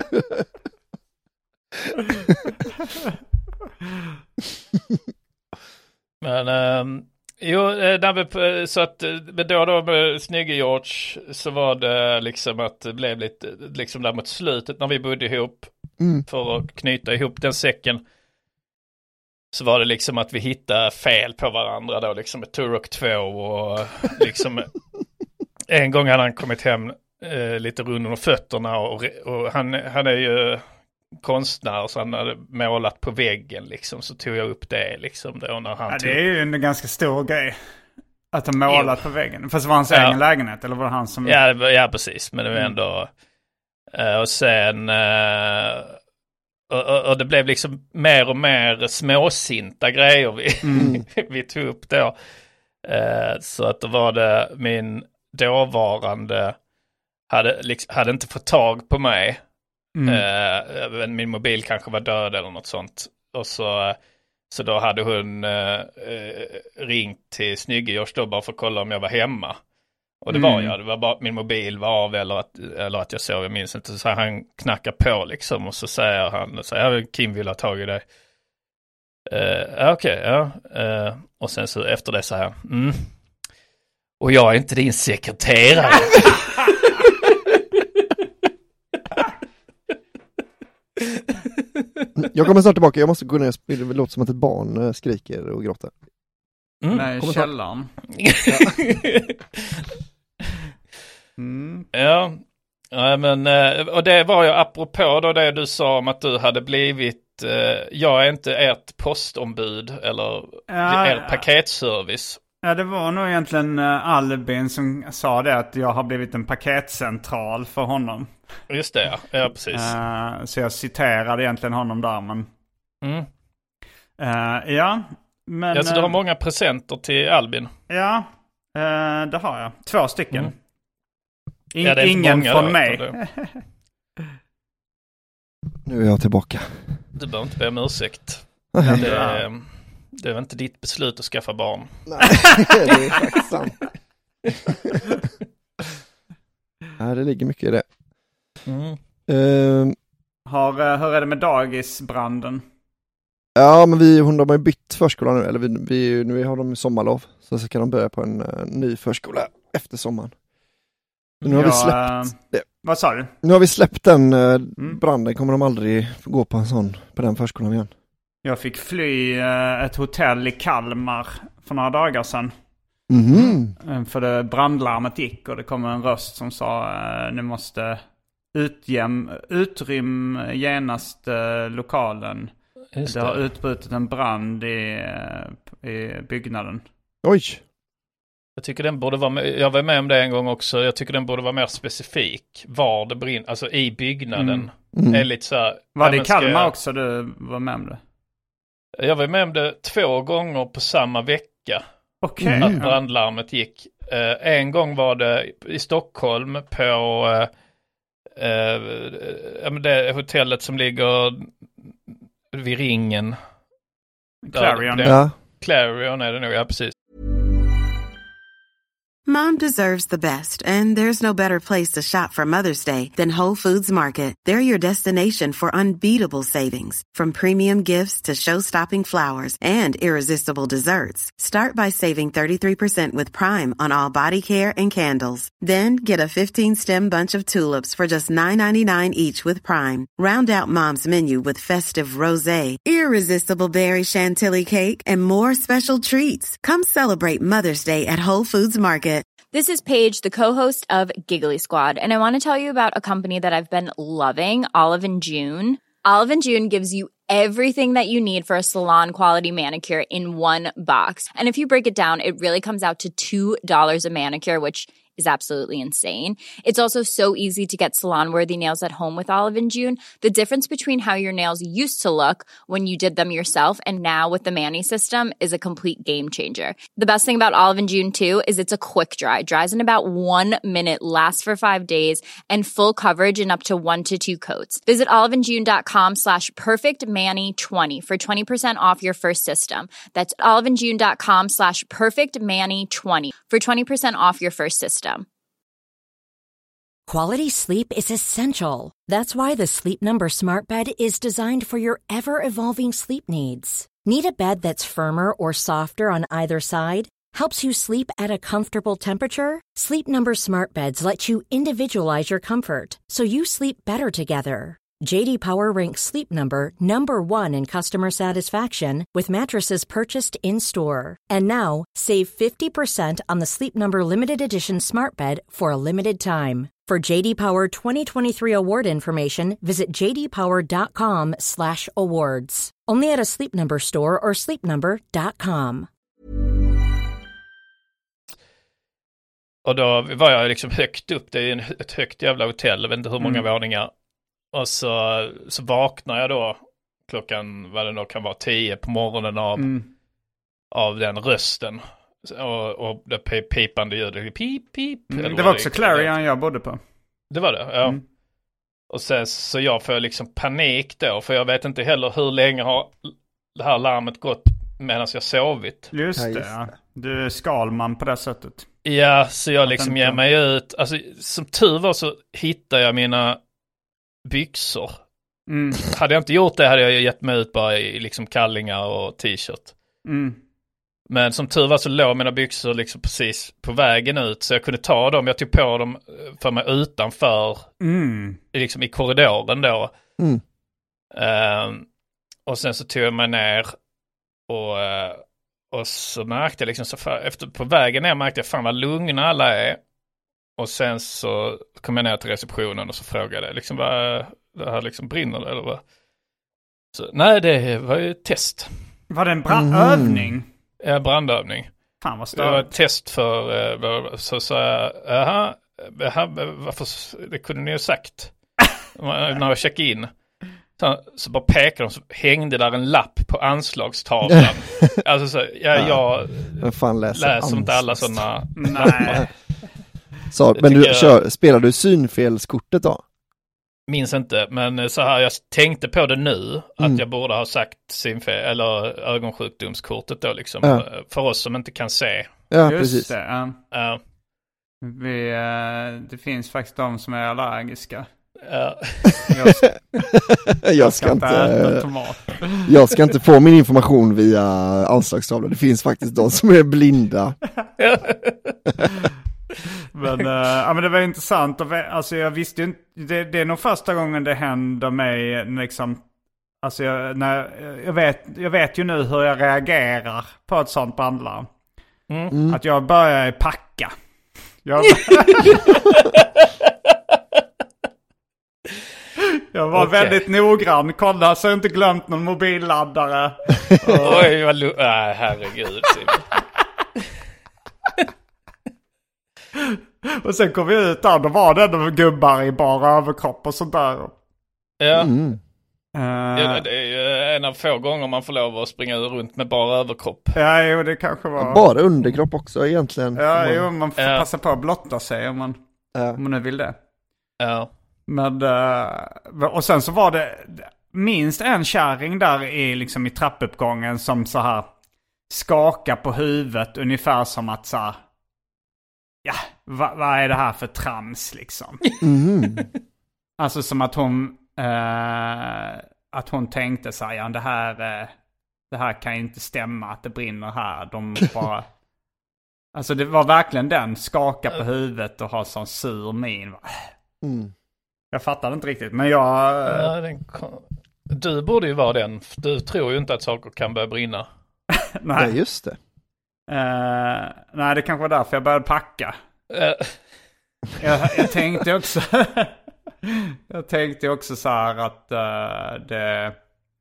Men um, jo, när vi, så att men då då med Snygge George så var det liksom att det blev lite liksom där mot slutet när vi bodde ihop mm. för att knyta ihop den säcken, så var det liksom att vi hittade fel på varandra då liksom med Turok två och liksom en gång hade han kommit hem eh, lite runt under fötterna och, och han, han är ju konstnär, så han hade målat på väggen liksom, så tog jag upp det liksom då när han ja, tog... det är ju en ganska stor grej att han målat jo. på väggen. Fast det var hans ja. egen lägenhet, eller var det han som... Ja, ja precis, men det var ändå mm. uh, och sen uh, och, och, och det blev liksom mer och mer småsinta grejer vi, mm. vi tog upp då. Eh, så att då var det min dåvarande hade, liksom, hade inte fått tag på mig. Mm. Eh, min mobil kanske var död eller något sånt. Och så, så då hade hon eh, ringt till snygge Josh då bara för att kolla om jag var hemma. Och det mm. var jag. Det var bara min mobil var av eller att, eller att jag sov, jag minns inte. Så han knackar på liksom och så säger han så här, Kim vill ha tag i dig. Uh, Okej, okay, ja. Uh, och sen så efter det så här. Mm. Och jag är inte din sekreterare. Jag kommer snart tillbaka, jag måste gå ner. Det låter som att ett barn skriker och gråter. Mm. Nej, källan. mm. Ja. Ja, men och det var ju apropå då det du sa om att du hade blivit jag är inte ert postombud eller ja, er paketservice. Ja, det var nog egentligen Albin som sa det, att jag har blivit en paketcentral för honom. Just det, ja, ja precis. Uh, så jag citerade egentligen honom där, men... Mm. Uh, ja, men... Ja, så du har många presenter till Albin? Ja, uh, det har jag. Två stycken. Mm. In- ja, ingen från då, mig. Nu är jag tillbaka. Du behöver inte be om ursäkt. Det, det, det var inte ditt beslut att skaffa barn. Nej, det är faktiskt sant. Ja, det ligger mycket i det. Mm. Uh, har, hur är det med dagisbranden? Ja, men vi, hon, de har ju bytt förskola nu. Eller vi, vi, nu har de sommarlov. Så ska de börja på en uh, ny förskola efter sommaren. Nu har ja, vi släppt det. Vad sa du? Nu har vi släppt den uh, mm. branden. Kommer de aldrig gå på en sån på den förskolan igen? Jag fick fly uh, ett hotell i Kalmar för några dagar sedan. Mm. För det brandlarmet gick och det kom en röst som sa uh, nu måste utjäm, utrym genast uh, lokalen. Just det. Det har utbrutit en brand i, uh, i byggnaden. Oj! Jag tycker den borde vara med, jag var med om det en gång också. Jag tycker den borde vara mer specifik. Var det brinner, alltså i byggnaden. Mm. Mm. Är lite så här, var det i Kalmar jag, också du var med om det? Jag var med om det två gånger på samma vecka. Okej. Okay. Att brandlarmet gick. Uh, en gång var det i Stockholm på uh, uh, det hotellet som ligger vid ringen. Clarion. Där, ja. Clarion är det nog, ja precis. Mom deserves the best, and there's no better place to shop for Mother's Day than Whole Foods Market. They're your destination for unbeatable savings, from premium gifts to show-stopping flowers and irresistible desserts. Start by saving thirty-three percent with Prime on all body care and candles. Then get a fifteen-stem bunch of tulips for just nine ninety-nine each with Prime. Round out Mom's menu with festive rosé, irresistible berry chantilly cake, and more special treats. Come celebrate Mother's Day at Whole Foods Market. This is Paige, the co-host of Giggly Squad, and I want to tell you about a company that I've been loving, Olive and June. Olive and June gives you everything that you need for a salon-quality manicure in one box. And if you break it down, it really comes out to two dollars a manicure, which is absolutely insane. It's also so easy to get salon-worthy nails at home with Olive and June. The difference between how your nails used to look when you did them yourself and now with the Mani system is a complete game changer. The best thing about Olive and June, too, is it's a quick dry. Dries in about one minute, lasts for five days, and full coverage in up to one to two coats. Visit oliveandjune.com slash perfectmani20 for twenty percent off your first system. That's oliveandjune.com slash perfectmani20 for twenty percent off your first system. Quality sleep is essential. That's why the Sleep Number Smart Bed is designed for your ever-evolving sleep needs. Need a bed that's firmer or softer on either side? Helps you sleep at a comfortable temperature? Sleep Number Smart Beds let you individualize your comfort, so you sleep better together. J D Power ranks Sleep Number number one in customer satisfaction with mattresses purchased in-store. And now, save fifty percent on the Sleep Number Limited Edition Smart Bed for a limited time. For J D Power twenty twenty-three award information, visit jdpower.com slash awards. Only at a Sleep Number store or sleep number dot com. Och då var jag liksom högt upp, det är en, ett högt jävla hotell, jag vet inte hur många mm. våningar. Och så, så vaknar jag då klockan, vad det då kan vara, tio på morgonen av, mm. av den rösten. Och, och det pipande ljudet. Pip, pip. Mm, det var också Clarion jag bodde på. Det var det, ja. Mm. Och sen så jag får liksom panik då. För jag vet inte heller hur länge har det här larmet gått medan jag sovit. Just det, ja. Du är skalman på det sättet. Ja, så jag liksom ger mig ut. Alltså, som tur var så hittade jag mina byxor. Mm. Hade jag inte gjort det hade jag gett mig ut bara i liksom kallingar och t-shirt. Mm. Men som tur var så låg mina byxor liksom precis på vägen ut. Så jag kunde ta dem. Jag tog på dem för mig utanför. Mm. Liksom i korridoren då. Mm. Um, och sen så tog jag mig ner. Och, uh, och så märkte jag liksom. Så för, efter, på vägen ner märkte jag fan vad lugna alla är. Och sen så kom jag ner till receptionen. Och så frågade jag liksom vad det här liksom brinner eller vad. Så, nej, det var ju ett test. Var det en brandövning? Mm. Ja, brandövning. Fan vad stört. Det var ett test för, så sa jag, jaha, varför, det kunde ni ju sagt. När jag checkade in. Så, så bara pekade de, så hängde där en lapp på anslagstavlan. Alltså så, ja, jag ja, fan läser, läser inte alla sådana. Nej. Så, men du, jag... kör, spelar du synfelskortet då? Minns inte, men så här, jag tänkte på det nu mm. att jag borde ha sagt synfel eller ögonsjukdomskortet då liksom, ja. För oss som inte kan se. Ja, just precis. Det, ja. Ja. Vi, det finns faktiskt de som är allergiska. Ja. Jag ska, jag ska inte äta tomat. Jag ska inte få min information via anslagstavlan. Det finns faktiskt de som är blinda. Men, uh, ja, men det var intressant. Alltså, jag visste ju inte, det, det är nog första gången det händer mig liksom, alltså jag, när, jag, vet, jag vet ju nu hur jag reagerar på ett sånt brandlarm. Mm. Att jag börjar packa. Jag, jag var okay. väldigt noggrann. Kolla så jag inte glömt någon mobilladdare. Och... Oj, vad lu- äh, herregud. Och sen kom vi ut där, då var det ändå gubbar i bara överkropp och sånt där. Ja. Mm. Uh, ja, det är ju en av få gånger man får lov att springa runt med bara överkropp. Ja, jo, det kanske var... Bara underkropp också egentligen. Ja, man... jo, man får ja. passa på att blotta sig om man, ja. om man nu vill det. Ja. Men, uh, och sen så var det minst en kärring där i, liksom, i trappuppgången som så här skakar på huvudet ungefär som att så här, ja, vad va är det här för trams liksom? Mm. Alltså som att hon eh, att hon tänkte så här, ja, det här eh, det här kan ju inte stämma att det brinner här. De bara alltså det var verkligen den, skaka på huvudet och ha sån sur min. Mm. Jag fattade inte riktigt, men jag ja, den kom... Du borde ju vara den. Du tror ju inte att saker kan börja brinna. Nej, ja, just det. Uh, nej, det kanske var därför jag började packa. Uh. jag, jag tänkte också jag tänkte också så här att uh, det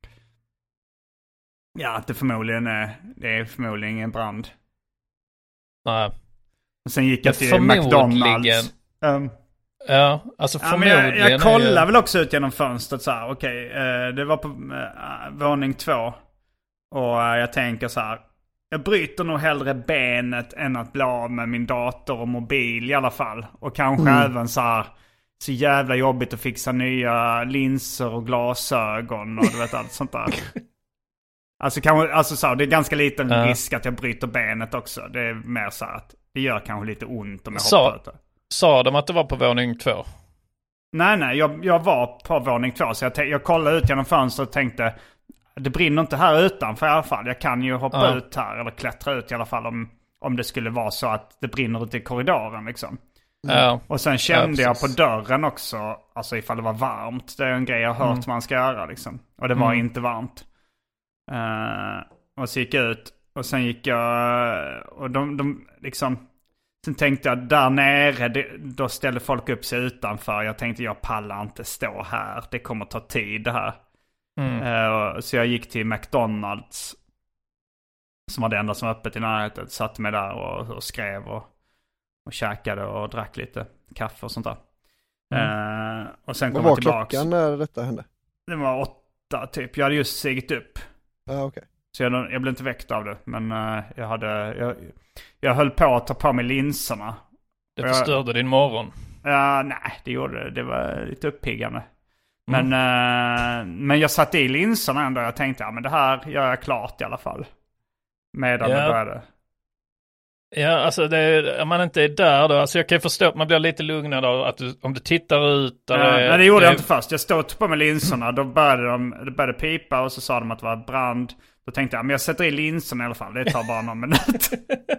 ja, att det förmodligen är det är förmodligen ingen brand. Nej. Uh. Och sen gick jag till McDonalds. Um, ja, alltså förmodligen. Ja, jag jag kollade ju... väl också ut genom fönstret så här, okej, okay, uh, det var på uh, våning två. Och uh, jag tänker så här, jag bryter nog hellre benet än att bli av med min dator och mobil i alla fall. Och kanske mm. även så här, så jävla jobbigt att fixa nya linser och glasögon och du vet allt sånt där. Alltså, kanske, alltså så här, det är ganska liten uh. risk att jag bryter benet också. Det är mer så här att det gör kanske lite ont om jag så, hoppar ut det. Sa de att det var på våning två? Nej, nej, jag, jag var på våning två. Så jag, te- jag kollade ut genom fönstret och tänkte, det brinner inte här utanför i alla fall. Jag kan ju hoppa ja. ut här eller klättra ut i alla fall om, om det skulle vara så att det brinner ute i korridoren liksom. Ja. Och sen kände ja, jag på dörren också, alltså ifall det var varmt. Det är en grej jag har hört mm. man ska göra liksom. Och det var mm. inte varmt. Uh, och så gick jag ut och sen gick jag och de, de liksom, sen tänkte jag där nere, det, då ställde folk upp sig utanför. Jag tänkte jag pallar inte stå här, det kommer ta tid det här. Mm. Uh, så jag gick till McDonalds som var det enda som var öppet i närheten. Satte mig där och, och skrev och, och käkade och drack lite kaffe och sånt där. Mm. Uh, och sen kom jag tillbaka. Vad var klockan när detta hände? Det var åtta typ. Jag hade just stigit upp. Ja, okej. Så jag, jag blev inte väckt av det. Men uh, jag hade jag, jag höll på att ta på mig linserna. Det förstörde jag, din morgon. Uh, nej, det gjorde det. Det var lite uppiggande. Men, mm. uh, men jag satte i linserna ändå. Jag tänkte, ja men det här gör jag klart i alla fall. Medan ja. det började. Ja, alltså det, om man inte är där då. Alltså jag kan förstå att man blir lite lugnare då. Att du, om du tittar ut. Ja, det, nej, det gjorde det... jag inte först. Jag stod på med linserna. Då började de det började pipa och så sa de att det var brand. Då tänkte jag, men jag sätter i linserna i alla fall. Det tar bara någon minut.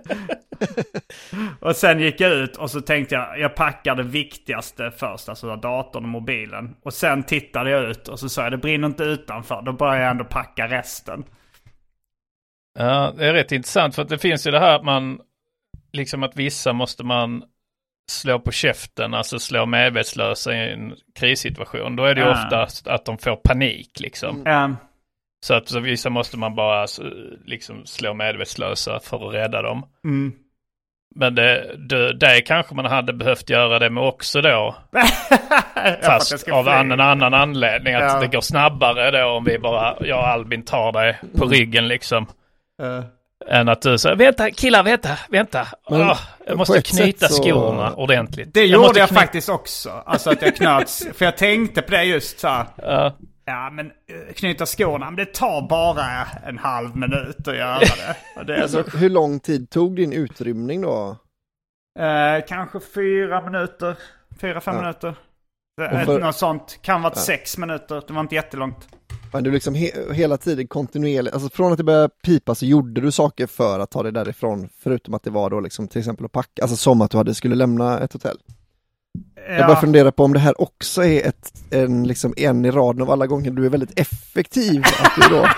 Och sen gick jag ut och så tänkte jag, jag packar det viktigaste först. Alltså datorn och mobilen. Och sen tittade jag ut och så sa jag, det brinner inte utanför. Då började jag ändå packa resten. Ja, det är rätt intressant för att det finns ju det här att man, liksom att vissa måste man slå på käften, alltså slå medvetslösa i en krissituation. Då är det ju uh. oftast att de får panik liksom. Mm. Så att så vissa måste man bara liksom slå medvetslösa för att rädda dem. Mm. Men det, det, det kanske man hade behövt göra det med också då. Fast av en annan anledning. Att ja. Det går snabbare då om vi bara, jag och Albin tar dig på ryggen liksom. Uh. Än att du säger, vänta killar, vänta, vänta. Men, oh, jag måste knyta så... skorna ordentligt. Det jag gjorde jag kny... faktiskt också. Alltså att jag knöts, för jag tänkte på det just så här. Uh. Ja, men knyta skorna, men det tar bara en halv minut att göra det. Och det är alltså, så... Hur lång tid tog din utrymning då? Eh, kanske fyra minuter. Fyra, fem ja. minuter. För... Något sånt. Kan vara ja. sex minuter. Det var inte jättelångt. Men du liksom he- hela tiden kontinuerligt, alltså från att det började pipa så gjorde du saker för att ta dig därifrån, förutom att det var då liksom till exempel att packa, alltså som att du hade skulle lämna ett hotell. Ja. Jag bara funderar på om det här också är ett, en, liksom en i raden av alla gånger du är väldigt effektiv. Att du då...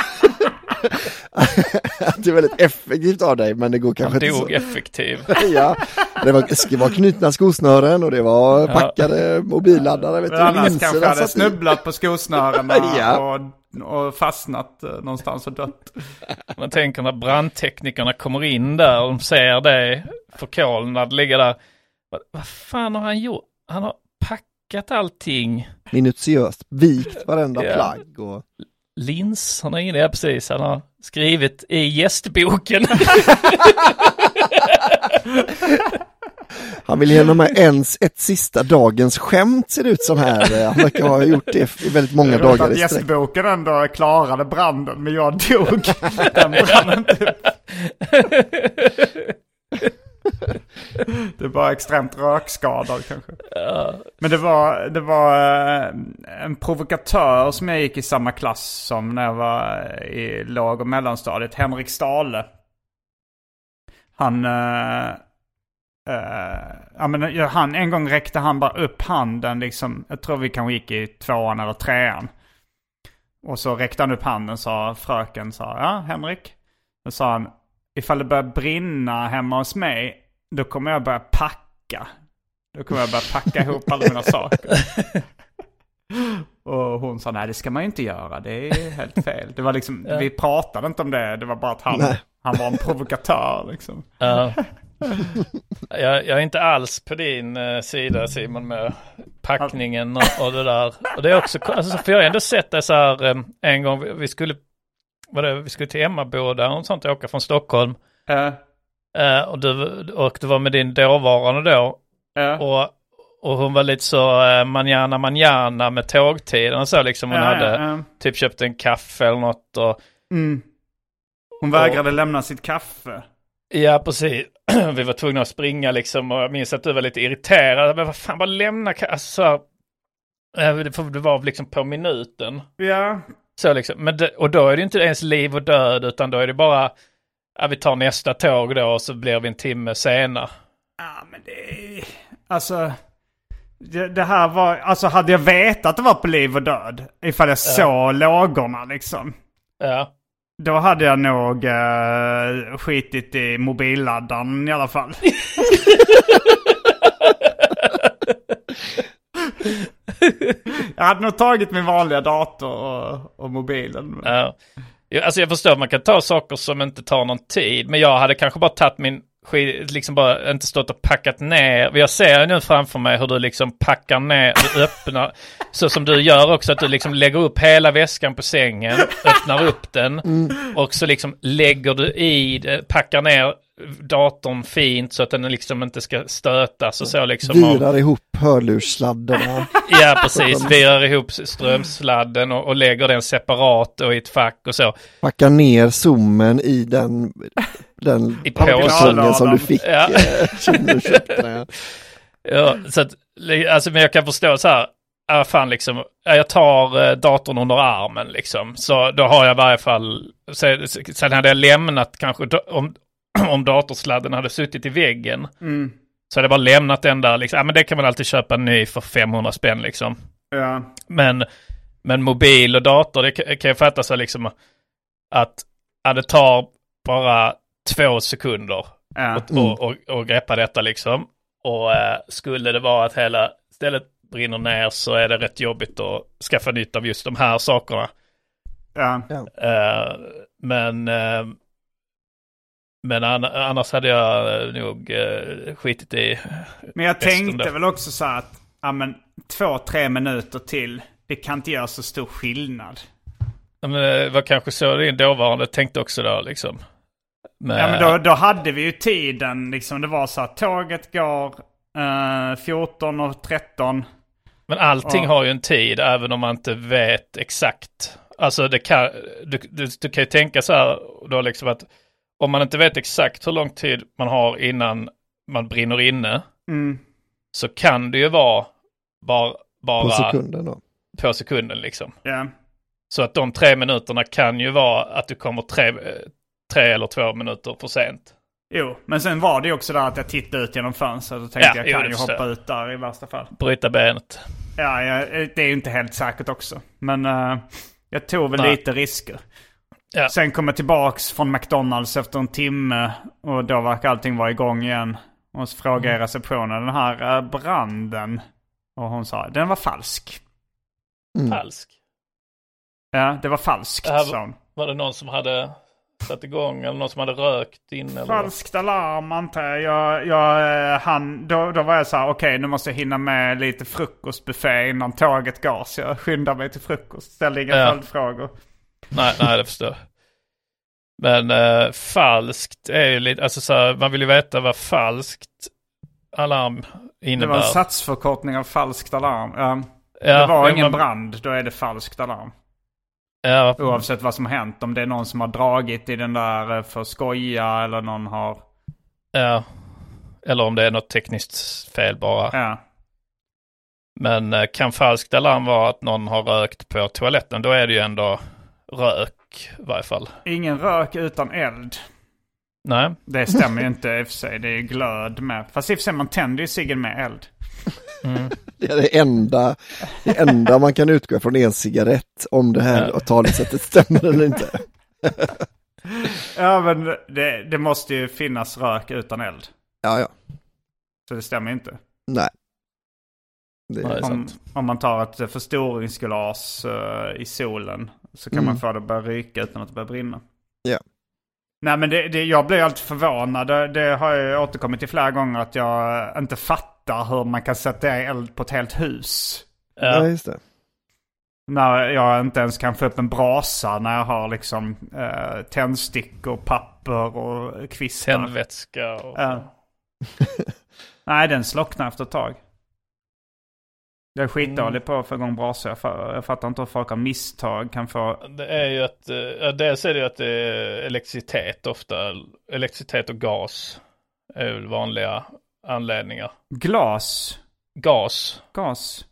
att det är väldigt effektivt av dig, men det går kanske inte så. effektiv. Ja, det var, det var knutna skosnören och det var packade mobilladdare. Vet du, annars kanske jag hade snubblat på skosnörerna ja. och, och fastnat någonstans och dött. Man tänker när brandteknikerna kommer in där och de ser det förkolnad ligger där. Vad, vad fan har han gjort? Han har packat allting. Minutiöst, vikt varenda ja. plagg. Och... Lins, han har inne, ja, precis. Han har skrivit i gästboken. Han vill genom med ens ett sista dagens skämt ser det ut som här. Han verkar ha gjort det i väldigt många dagar i sträck. Gästboken ändå klarade branden, men jag dog. Den brann inte. Det var extremt rökskadad kanske. Ja. Men det var, det var en provokatör som jag gick i samma klass som när jag var i låg- och mellanstadiet. Henrik Stahle. Han, äh, äh, ja, men, han... En gång räckte han bara upp handen. Liksom, jag tror vi kanske gick i tvåan eller trean. Och så räckte han upp handen, sa fröken. Sa, ja Henrik. Då sa han, ifall det börjar brinna hemma hos mig, då kommer jag börja packa. Då kommer jag börja packa ihop alla mina saker. Och hon sa, nej det ska man ju inte göra. Det är helt fel. Det var liksom, ja. Vi pratade inte om det. Det var bara att han, han var en provokatör liksom. Ja. Jag, jag är inte alls på din uh, sida Simon med packningen och, och det där. Och det är också, alltså, för jag har ändå sett det så här um, en gång vi, vi skulle var det, vi skulle till Emmaboda och sånt, åka från Stockholm. Uh. Uh, och, du, och du var med din dåvarande då. Uh. Och, och hon var lite så uh, manjana manjana med tågtiden och så liksom. Hon uh, hade uh. typ köpt en kaffe eller något. Och, mm. Hon vägrade och, lämna sitt kaffe. Ja, precis. Vi var tvungna att springa liksom. Och jag minns att du var lite irriterad. Men vad fan, bara lämna kaffe. Alltså, det var liksom på minuten. Ja. Så liksom. Men det, och då är det inte ens liv och död, utan då är det bara ja, vi tar nästa tåg då och så blir vi en timme senare. Ja, men det är... Alltså... Det, det här var... Alltså hade jag vetat att det var på liv och död, ifall jag ja. såg lågorna liksom. Ja. Då hade jag nog uh, skitit i mobilladdaren i alla fall. Jag hade nog tagit min vanliga dator och, och mobilen. Ja. Alltså jag förstår att man kan ta saker som inte tar någon tid. Men jag hade kanske bara tagit min liksom bara inte stått och packat ner. Jag ser nu framför mig hur du liksom packar ner, du öppnar, så som du gör också, att du liksom lägger upp hela väskan på sängen, öppnar upp den mm. och så liksom lägger du i, packar ner datorn fint så att den liksom inte ska stötas och så liksom. Virar av, ihop hörlurssladdarna. Ja, precis. Virar ihop strömsladden och, och lägger den separat och i ett fack och så. Packar ner zoomen i den den i påsen som du fick. Ja. du köpte, ja, så att, alltså, men jag kan förstå så här, ja, fan liksom, jag tar datorn under armen liksom. Så då har jag i varje fall, så, sen hade jag lämnat kanske, om om datorsladden hade suttit i väggen mm. så hade jag bara lämnat den där liksom. Ja, men det kan man alltid köpa ny för femhundra spänn liksom. Ja. Men, men mobil och dator, det kan, kan jag fatta så liksom att ja, det tar bara två sekunder ja. och, och, och, och greppa detta liksom. Och äh, skulle det vara att hela stället brinner ner så är det rätt jobbigt att skaffa nytt av just de här sakerna. Ja. Äh, men äh, Men annars hade jag nog uh, skitit i. Men jag tänkte väl också så att ja, men, två, tre minuter till, det kan inte göra så stor skillnad. Ja, men det var kanske så din dåvarande tänkte också då liksom. Men, ja, men då, då hade vi ju tiden liksom. Det var så att tåget går uh, fjorton och tretton. Men allting och... har ju en tid även om man inte vet exakt. Alltså det kan, du, du, du kan ju tänka så här då liksom att om man inte vet exakt hur lång tid man har innan man brinner inne mm. så kan det ju vara bara, bara på sekunden då. På sekunden liksom. Yeah. Så att de tre minuterna kan ju vara att du kommer tre, tre eller två minuter för sent. Jo, men sen var det ju också där att jag tittade ut genom fönstret och tänkte ja, jag kan ju hoppa ut där i värsta fall. Bryta benet. Ja, ja det är ju inte helt säkert också. Men uh, jag tog väl Nej. lite risker. Ja. Sen kom jag tillbaks från McDonalds efter en timme och då verkar allting vara igång igen. Och så frågade jag receptionen, den här branden. Och hon sa, den var falsk. Mm. Falsk? Ja, det var falskt, äh, sa hon. Var det någon som hade satt igång eller någon som hade rökt in? Eller? Falskt alarm, antar jag. jag, jag han, då, då var jag så här, okej, okay, nu måste jag hinna med lite frukostbuffé innan tåget går. Så jag skyndade mig till frukost, ställde inga ja. följdfrågor. Nej, nej, det förstår. Men äh, falskt är ju lite, alltså så här, man vill ju veta vad falskt alarm innebär. Det var en satsförkortning av falskt alarm. Ja. Ja, det var ingen man... brand, då är det falskt alarm. Ja. Oavsett vad som har hänt, om det är någon som har dragit i den där för att skoja eller någon har... Ja, eller om det är något tekniskt fel bara. Ja. Men kan falskt alarm vara att någon har rökt på toaletten? Då är det ju ändå rök i varje fall. Ingen rök utan eld. Nej. Det stämmer ju inte i och för sig. Det är glöd med. Fast i och för sig man tänder ju ciggen med eld. Mm. Det är det enda, det enda man kan utgå från en cigarett om det här ja. talesättet stämmer eller inte. Ja, men det, det måste ju finnas rök utan eld. Ja, ja. Så det stämmer inte. Nej. Det är om, sant. Om man tar ett förstoringsglas uh, i solen så kan mm. man få det att börja ryka utan att det börjar brinna. Ja. Nej, men det, det, jag blir alltid förvånad. Det, det har jag återkommit till flera gånger att jag inte fattar hur man kan sätta eld på ett helt hus. Ja, ja just det. När jag inte ens kan få upp en brasa när jag har liksom eh, tändstickor, papper och kvistar. Tändvätska. Och... Ja. Nej, den slocknar efter ett tag. Jag är skitdålig mm. på att få igång brasa. Jag, jag fattar inte hur folk av misstag kan få... Det är ju att, ja, dels är det ju att det är elektricitet ofta. Elektricitet och gas är väl vanliga anledningar. Glas? Gas. Gas?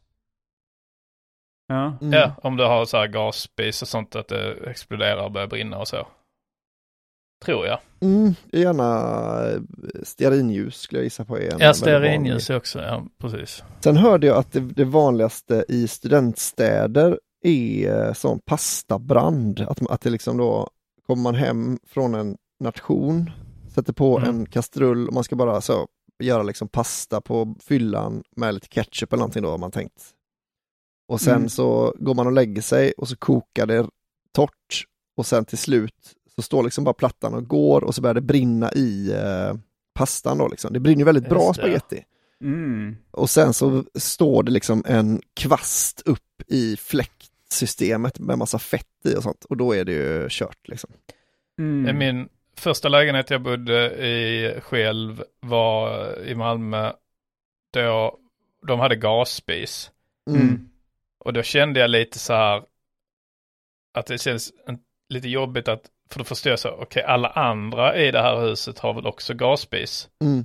Ja. Mm. Ja, om du har så här gasspis och sånt att det exploderar och börjar brinna och så. Tror jag. Mm, gärna stearinljus skulle jag gissa på. En ja, stearinljus också, ja, precis. Sen hörde jag att det, det vanligaste i studentstäder är sån pastabrand. Att, att det liksom då kommer man hem från en nation, sätter på mm. en kastrull och man ska bara så göra liksom pasta på fyllan med lite ketchup eller någonting då har man tänkt. Och sen mm. så går man och lägger sig och så kokar det torrt och sen till slut så står liksom bara plattan och går och så börjar det brinna i eh, pastan då liksom. Det brinner ju väldigt bra spaghetti. Mm. Och sen så står det liksom en kvast upp i fläktsystemet med massa fett i och sånt. Och då är det ju kört liksom. Mm. Min första lägenhet jag bodde i själv var i Malmö. Då de hade gasspis. Mm. Och då kände jag lite så här att det känns en, lite jobbigt att, för då förstår jag så, okej, okay, alla andra i det här huset har väl också gasspis. Mm.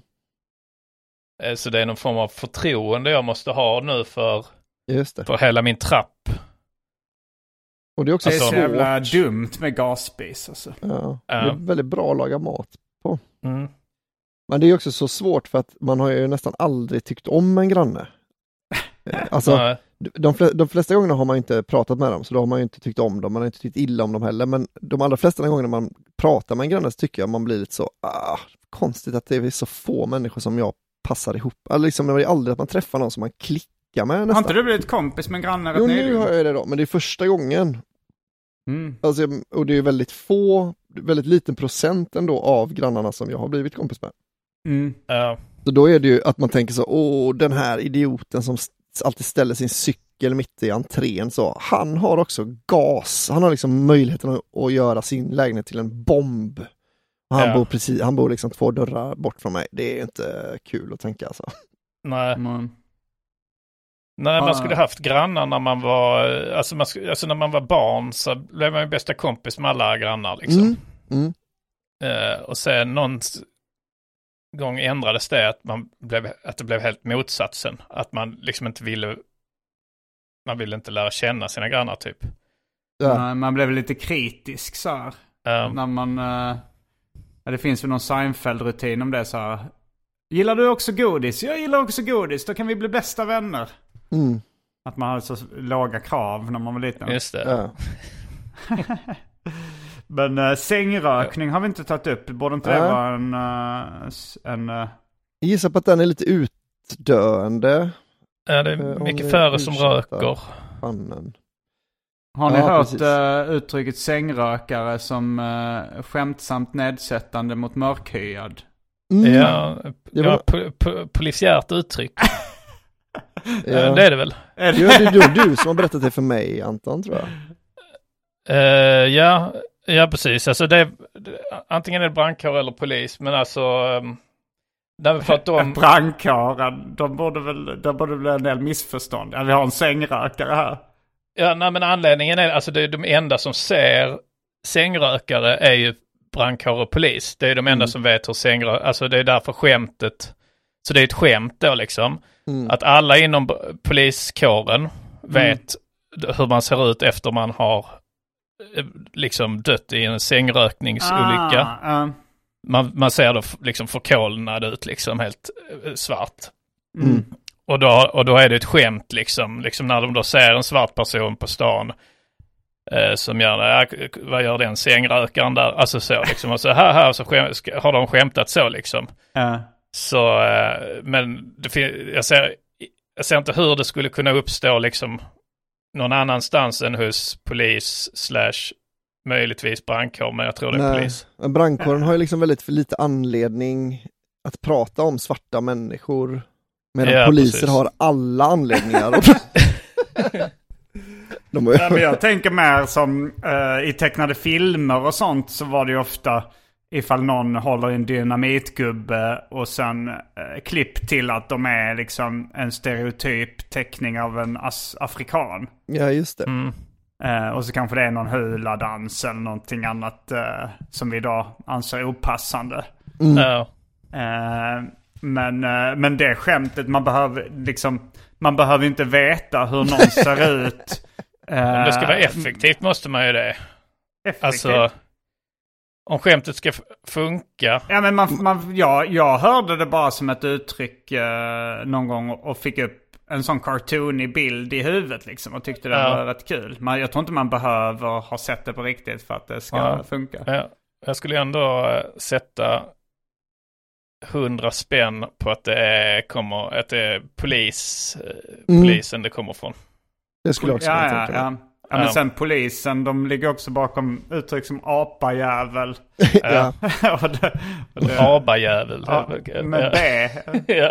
Så det är någon form av förtroende jag måste ha nu för, Just det. för hela min trapp. Och det är också det är svårt. så jävla dumt med gasspis. Alltså. Ja, ja. Det är väldigt bra att laga mat på. Mm. Men det är också så svårt för att man har ju nästan aldrig tyckt om en granne. Alltså, de, fl- de flesta gångerna har man inte pratat med dem, så då har man ju inte tyckt om dem, man har inte tyckt illa om dem heller, men de allra flesta gångerna man pratar med en granne så tycker jag man blir lite så, ah, konstigt att det är så få människor som jag passar ihop. Alltså, liksom, det är aldrig att man träffar någon som man klickar med nästan. Har inte du blivit kompis med en granne? Jo, nu har jag det då, men det är första gången. Mm. Alltså, och det är väldigt få, väldigt liten procent ändå av grannarna som jag har blivit kompis med. Mm. Uh. Så då är det ju att man tänker så, åh, den här idioten som alltid ställer sin cykel mitt i entrén, så han har också gas. Han har liksom möjligheten att, att göra sin lägenhet till en bomb. Han, ja. bor precis, han bor liksom två dörrar bort från mig. Det är inte kul att tänka alltså. Nej. Mm. Nej, man ah. skulle haft grannar när man var, alltså, man, alltså när man var barn så blev man ju bästa kompis med alla grannar liksom. Mm. Mm. Uh, och sen någon gång ändrades det att, man blev, att det blev helt motsatsen. Att man liksom inte ville, man ville inte lära känna sina grannar typ. Ja. Nej, man blev lite kritisk så här. Um, när man, uh, det finns ju någon Seinfeld-rutin om det så här. Gillar du också godis? Jag gillar också godis, då kan vi bli bästa vänner. Mm. Att man hade så låga krav när man var liten. Just det. Ja. Men uh, sängrökning har vi inte tagit upp. Borde inte det ja. vara en... Uh, en uh... Jag gissar på att den är lite utdöende. Ja, det är mycket färre som röker. Pannen. Har ni ja, hört uh, uttrycket sängrökare som uh, skämtsamt nedsättande mot mörkhyad? Mm. Ja, det var... var... po- po- polisiärt uttryck. ja. Det är det väl? Är det? Ja, det är du, du som har berättat det för mig, Anton, tror jag. Uh, ja, ja, precis. Alltså det, det, antingen är det brandkår eller polis, men alltså... Um, för att de... Brandkåren, de borde väl, det borde bli en del missförstånd. Ja, vi har en sängrökare här. Ja, nej, men anledningen är, alltså det är de enda som ser sängrökare är ju brandkår och polis. Det är de enda mm. som vet hur sängrökare, alltså det är därför skämtet, så det är ett skämt då liksom. Mm. Att alla inom poliskåren vet mm. hur man ser ut efter man har liksom dött i en sängrökningsolycka. Ah, uh. man, man ser då liksom förkolnad ut liksom helt svart. Mm. Och då, och då är det ett skämt liksom, liksom när de då ser en svart person på stan eh, som gör det, vad gör den sängrökaren där? Alltså så liksom, och så här, här så skäm, har de skämtat så liksom. Uh. Så, eh, men det, jag, ser, jag ser inte hur det skulle kunna uppstå liksom någon annanstans än hos polis slash möjligtvis brandkår, men jag tror det är Nej, polis. Brandkåren har ju liksom väldigt för lite anledning att prata om svarta människor. Medan ja, poliser precis. har alla anledningar. De ja, men jag tänker mer som uh, i tecknade filmer och sånt, så var det ju ofta ifall någon håller en dynamitgubbe och sen uh, klipp till att de är liksom en stereotyp teckning av en as- afrikan. Ja, just det. Mm. Uh, och så kanske det är någon hula-dans eller någonting annat uh, som vi idag anser opassande. Mm. Ja. Uh, Men, men det skämtet, man behöver liksom, man behöver inte veta hur någon ser ut. Om det ska vara effektivt måste man ju det. Effektivt. Alltså, om skämtet ska f- funka. Ja, men man, man, ja, jag hörde det bara som ett uttryck eh, någon gång och fick upp en sån cartoonig bild i huvudet liksom och tyckte det ja. var rätt kul. Men jag tror inte man behöver ha sett det på riktigt för att det ska ja. funka. Ja. Jag skulle ändå äh, sätta hundra spänn på att det är, kommer, att det är polis, mm. polisen det kommer från. Det skulle jag också ja, kunna ja, tänka ja. Ja, men sen polisen, de ligger också bakom uttryck som apajävel. Ja. och det, och det, Abajävel. Ja, med B. Ja.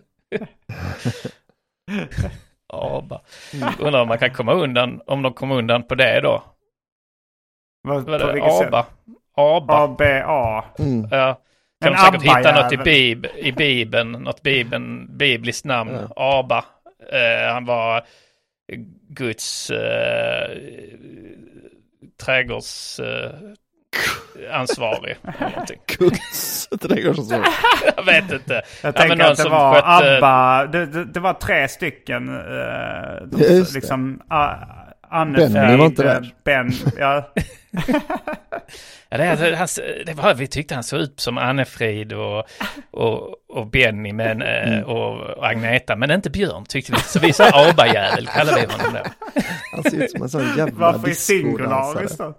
Aba. Undrar om man kan komma undan, om de kommer undan på det då. Vad, Vad på är det? vilket Aba. sätt? Aba. A B A. Mm. Ja. Kan En de säkert hitta Abba-jävel. något i, bib, i Bibeln, något Bibeln, bibliskt namn. Ja. Aba. Eh, han var Guds eh, trädgårds eh, ansvarig. Eller någonting. Guds trädgårdsansvarig. Jag vet inte. Jag Ja, tänker men någon att det som var skötte- Abba, det, det, det var tre stycken. Uh, de, Just det. liksom, uh, Anne Benny Frid, var inte där. Ben, ja. Ja, det, det, han, det var, vi tyckte han såg ut som Anne-Frid och, och, och Benny men, mm. och, och Agneta, men inte Björn tyckte vi. Så vi sa Abajävel, kallar vi honom då. Han ser ut som en sån jävla Varför i singularis då?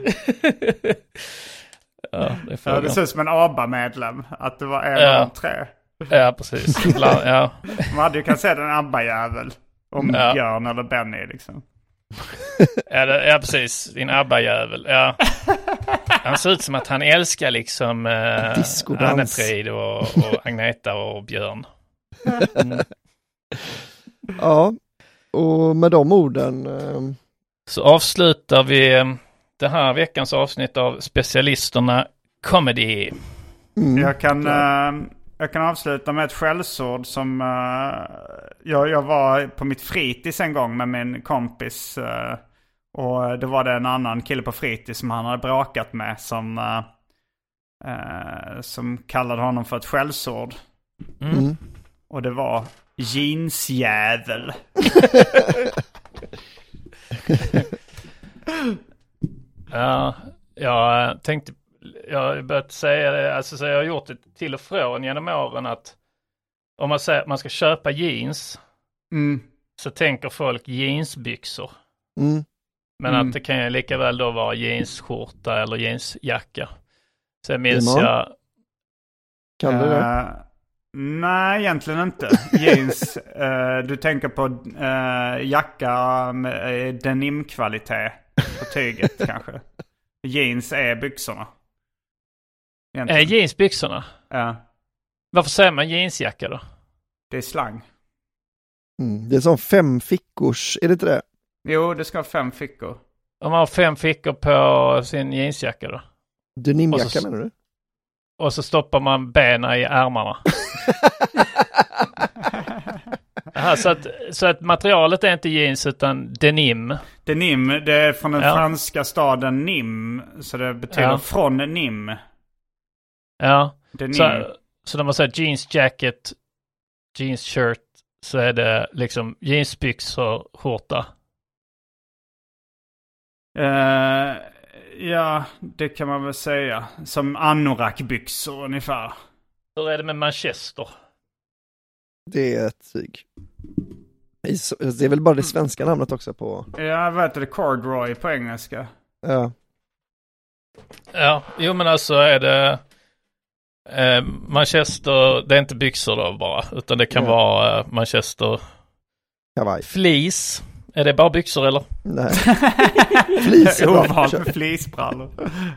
Ja, det, Ja, det ser ut som en ABBA-medlem. Att det var en Ja. av de tre. Ja, precis. Ja. Man hade ju kunnat säga den ABBA-jävel. Om Ja. Björn eller Benny liksom. Ja, det, ja, precis. Din Abba-jävel. Ja. Han ser ut som att han älskar liksom eh, Discodans. Anne-Frid och, och Agneta och Björn. Mm. Ja, och med de orden... Eh... Så avslutar vi eh, det här veckans avsnitt av Specialisterna Comedy. Mm. Jag kan, uh, jag kan avsluta med ett skällsord som... Uh, jag, jag var på mitt fritids en gång med min kompis. Uh, och det var det en annan kille på fritids som han hade bråkat med. Som, uh, uh, som kallade honom för ett skällsord. Mm. Mm. Och det var jeansjävel. Ja, jag tänkte... Jag har börjat säga det, alltså så jag har gjort det till och från genom åren att om man säger att man ska köpa jeans Mm. så tänker folk jeansbyxor. Mm. Men Mm. att det kan ju lika väl då vara jeansskjorta eller jeansjacka. Sen minns Simon? jag... Kan du det? Uh, nej, egentligen inte. Jeans. uh, du tänker på uh, jacka med uh, denimkvalitet på tyget kanske. Jeans är byxorna. Är Egentligen. jeansbyxorna? Ja, Varför säger man jeansjacka då? det är slang. Mm. Det är som fem fickors, är det inte det? Jo, det ska ha fem fickor. Om man har fem fickor på sin jeansjacka då? Denimjacka Och så- menar du? Och så stoppar man benen i ärmarna. Aha, så, att, så att materialet är inte jeans utan denim. Denim, det är från den Ja. franska staden Nim. Så det betyder Ja. från Nim. Ja, Denim. så, så när man säger jeans jacket, jeans shirt så är det liksom jeansbyxor, skjorta. Uh, ja, det kan man väl säga. Som anorakbyxor ungefär. Hur är det med Manchester? Det är ett tyg. Det är väl bara det svenska namnet också på... Ja, vad heter det? Corduroy på engelska. Ja. Ja, jo men alltså är det eh, Manchester, det är inte byxor då bara, utan det kan Ja. vara eh, Manchester Kavaj. fleece. Är det bara byxor eller? Nej. Flis är bra. Ovant med fleecebrallor.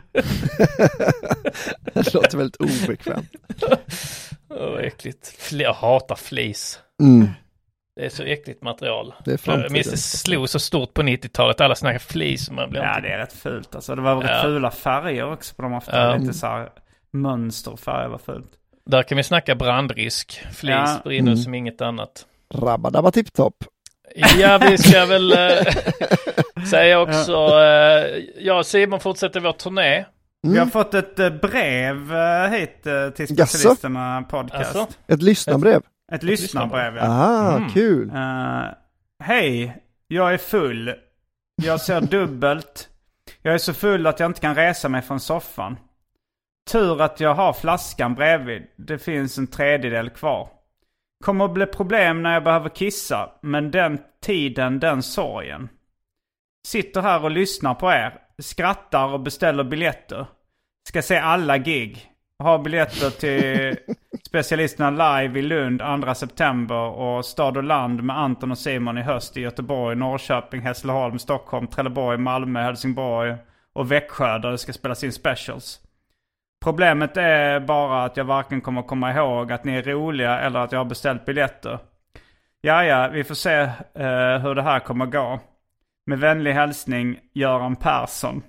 Det låter väldigt obekvämt. Åh, vad äckligt. Fle- Jag hatar fleece. Mm. Det är så äckligt material. Det är Jag framtiden. minns det slog så stort på nittiotalet. Alla snackar fleece. Man blir Ja, inte... det är rätt fult. Alltså, det var rätt Ja. fula färger också på dem ofta. Ja. Lite så här mönster och färger var fult. Där kan vi snacka brandrisk. Fleece Ja. brinner Mm. som inget annat. Rabba-dabba tipptopp. Ja, vi ska väl äh, säga också. Äh, jag och Simon fortsätter vår turné. Mm. Vi har fått ett eh, brev eh, hit eh, till Specialisterna podcast. Alltså? Ett lyssnarbrev. Ett lyssnarbrev, ja. Ah, Mm. kul. Eh, Hej, jag är full. Jag ser dubbelt. Jag är så full att jag inte kan resa mig från soffan. Tur att jag har flaskan bredvid. Det finns en tredjedel kvar. Kommer att bli problem när jag behöver kissa. Men den tiden, den sorgen. Sitter här och lyssnar på er. Skrattar och beställer biljetter. Ska se alla gig. har biljetter till specialisterna live i Lund andra september och Stad och Land med Anton och Simon i höst i Göteborg, Norrköping, Hässleholm, Stockholm, Trelleborg, Malmö, Helsingborg och Växjö där det ska spelas in specials. Problemet är bara att jag varken kommer komma ihåg att ni är roliga eller att jag har beställt biljetter. Ja, ja, vi får se uh, hur det här kommer gå. Med vänlig hälsning, Göran Persson.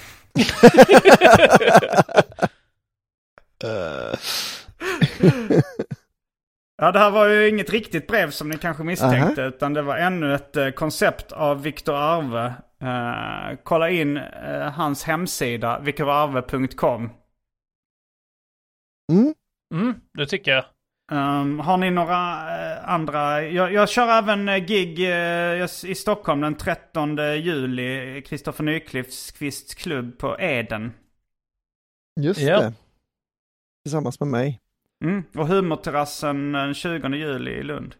Ja, det här var ju inget riktigt brev som ni kanske misstänkte. Uh-huh. Utan det var ännu ett uh, koncept av Viktor Arve. Uh, kolla in uh, hans hemsida, viktor arve punkt com. Mm. Mm, det tycker jag. Um, har ni några uh, andra? Jag, jag kör även uh, gig uh, i Stockholm den trettonde juli. Kristoffer Nyqvists klubb på Eden. Just ja. det. Tillsammans med mig. Mm. Och Humorterrassen den tjugonde juli i Lund.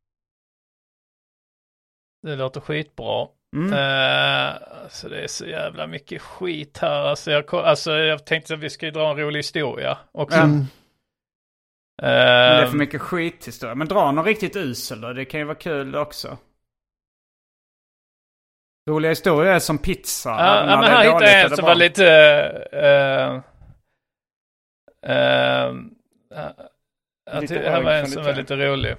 Det låter skitbra. Mm. Uh, alltså det är så jävla mycket skit här. Alltså jag, alltså jag tänkte att vi ska dra en rolig historia också. Mm. Uh, Men det är för mycket skithistoria. Men dra någon riktigt usel då. Det kan ju vara kul också. Roliga historier är som pizza. Ja, ja men här hittade jag en som var lite... Uh, uh, uh, lite det här var en som var lite rolig.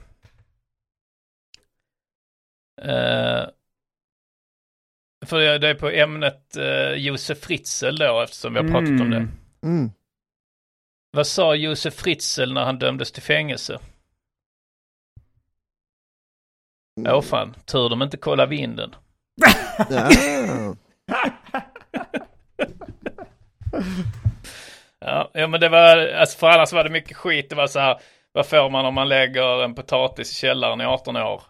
Uh, för det är på ämnet uh, Josef Fritzl då, eftersom vi har pratat mm. om det. Mm. Vad sa Josef Fritzl när han dömdes till fängelse? Mm. Åh fan, tur de inte kollar vinden. Ja. ja, ja, men det var, alltså för annars var det mycket skit. Det var så här, vad får man om man lägger en potatis i källaren i arton år?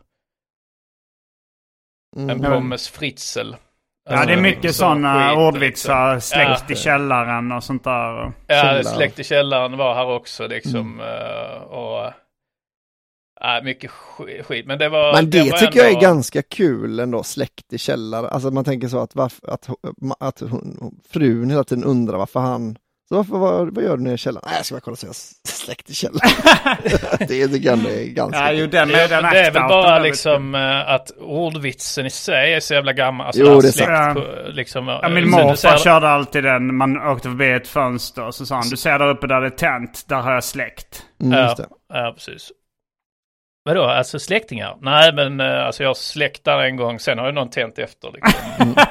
Mm. En pommes Fritzl. Ja, det är mycket sådana ordvitsar, släkt ja. i källaren och sånt där. Ja, släkt i källaren var här också liksom. Mm. Och ja, mycket skit. Men det var Men det, det var tycker ändå... jag är ganska kul ändå, släkt i källaren. Alltså man tänker så att, varför, att, att hon, frun hela tiden undrar varför han... Så varför, vad, vad gör du nere i källaren? Nej, jag ska bara kolla så jag släkt i källaren. det tycker jag är ganska... Ja, ju den är, den det är väl bara liksom uh, att ordvitsen i sig är så jävla gammal. Alltså jo, det är släkt, ja. liksom, ja, min morfar ser... körde alltid den. Man åkte förbi ett fönster och så sa han, du ser där uppe där det är tänt, där har jag släkt. Mm, just det. Ja, ja, precis. Vadå? Alltså släktingar? Nej, men uh, alltså jag släktar en gång, sen har ju någon tänt efter. Liksom.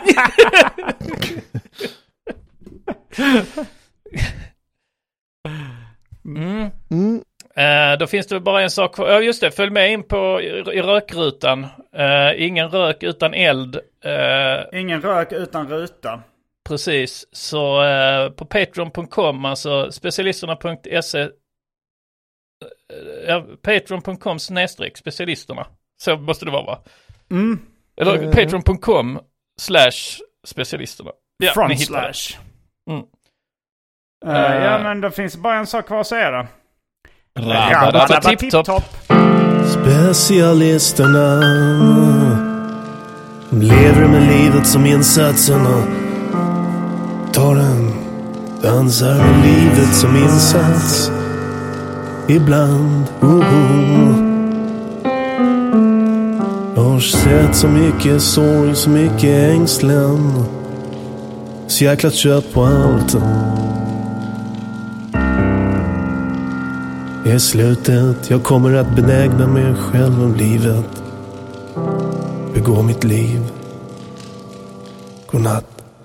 Mm. Mm. Uh, då finns det bara en sak kvar. Ja, just det. Följ med in på i, i rökrutan. Uh, ingen rök utan eld. Uh, ingen rök utan ruta. Precis. Så uh, på patreon punkt com, alltså specialisterna punkt se, uh, patreon punkt com snedstreck specialisterna. Så måste det vara, va? Mm. Eller uh. patreon punkt com slash specialisterna. Ja, front slash. Mm. Uh, uh, ja, men då finns bara en sak kvar att säga då. Rabba tipptopp. Specialisterna, de lever med livet som insatserna. Tar den, dansar med livet som insats. Ibland, oh, oh. Jag har sett så mycket sorg, så mycket ängslan. Så jäkla kött på allt. I slutet, jag kommer att benägna mig själv om livet. Begå mitt liv. Godnatt.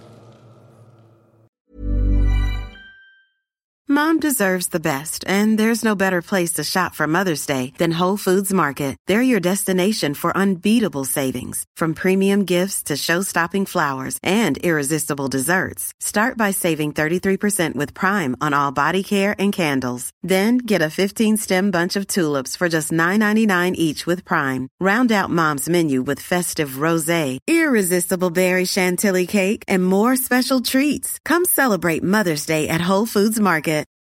Mom deserves the best, and there's no better place to shop for Mother's Day than Whole Foods Market. They're your destination for unbeatable savings, from premium gifts to show-stopping flowers and irresistible desserts. Start by saving thirty-three percent with Prime on all body care and candles. Then get a fifteen-stem bunch of tulips for just nine ninety-nine each with Prime. Round out Mom's menu with festive rosé, irresistible berry chantilly cake, and more special treats. Come celebrate Mother's Day at Whole Foods Market.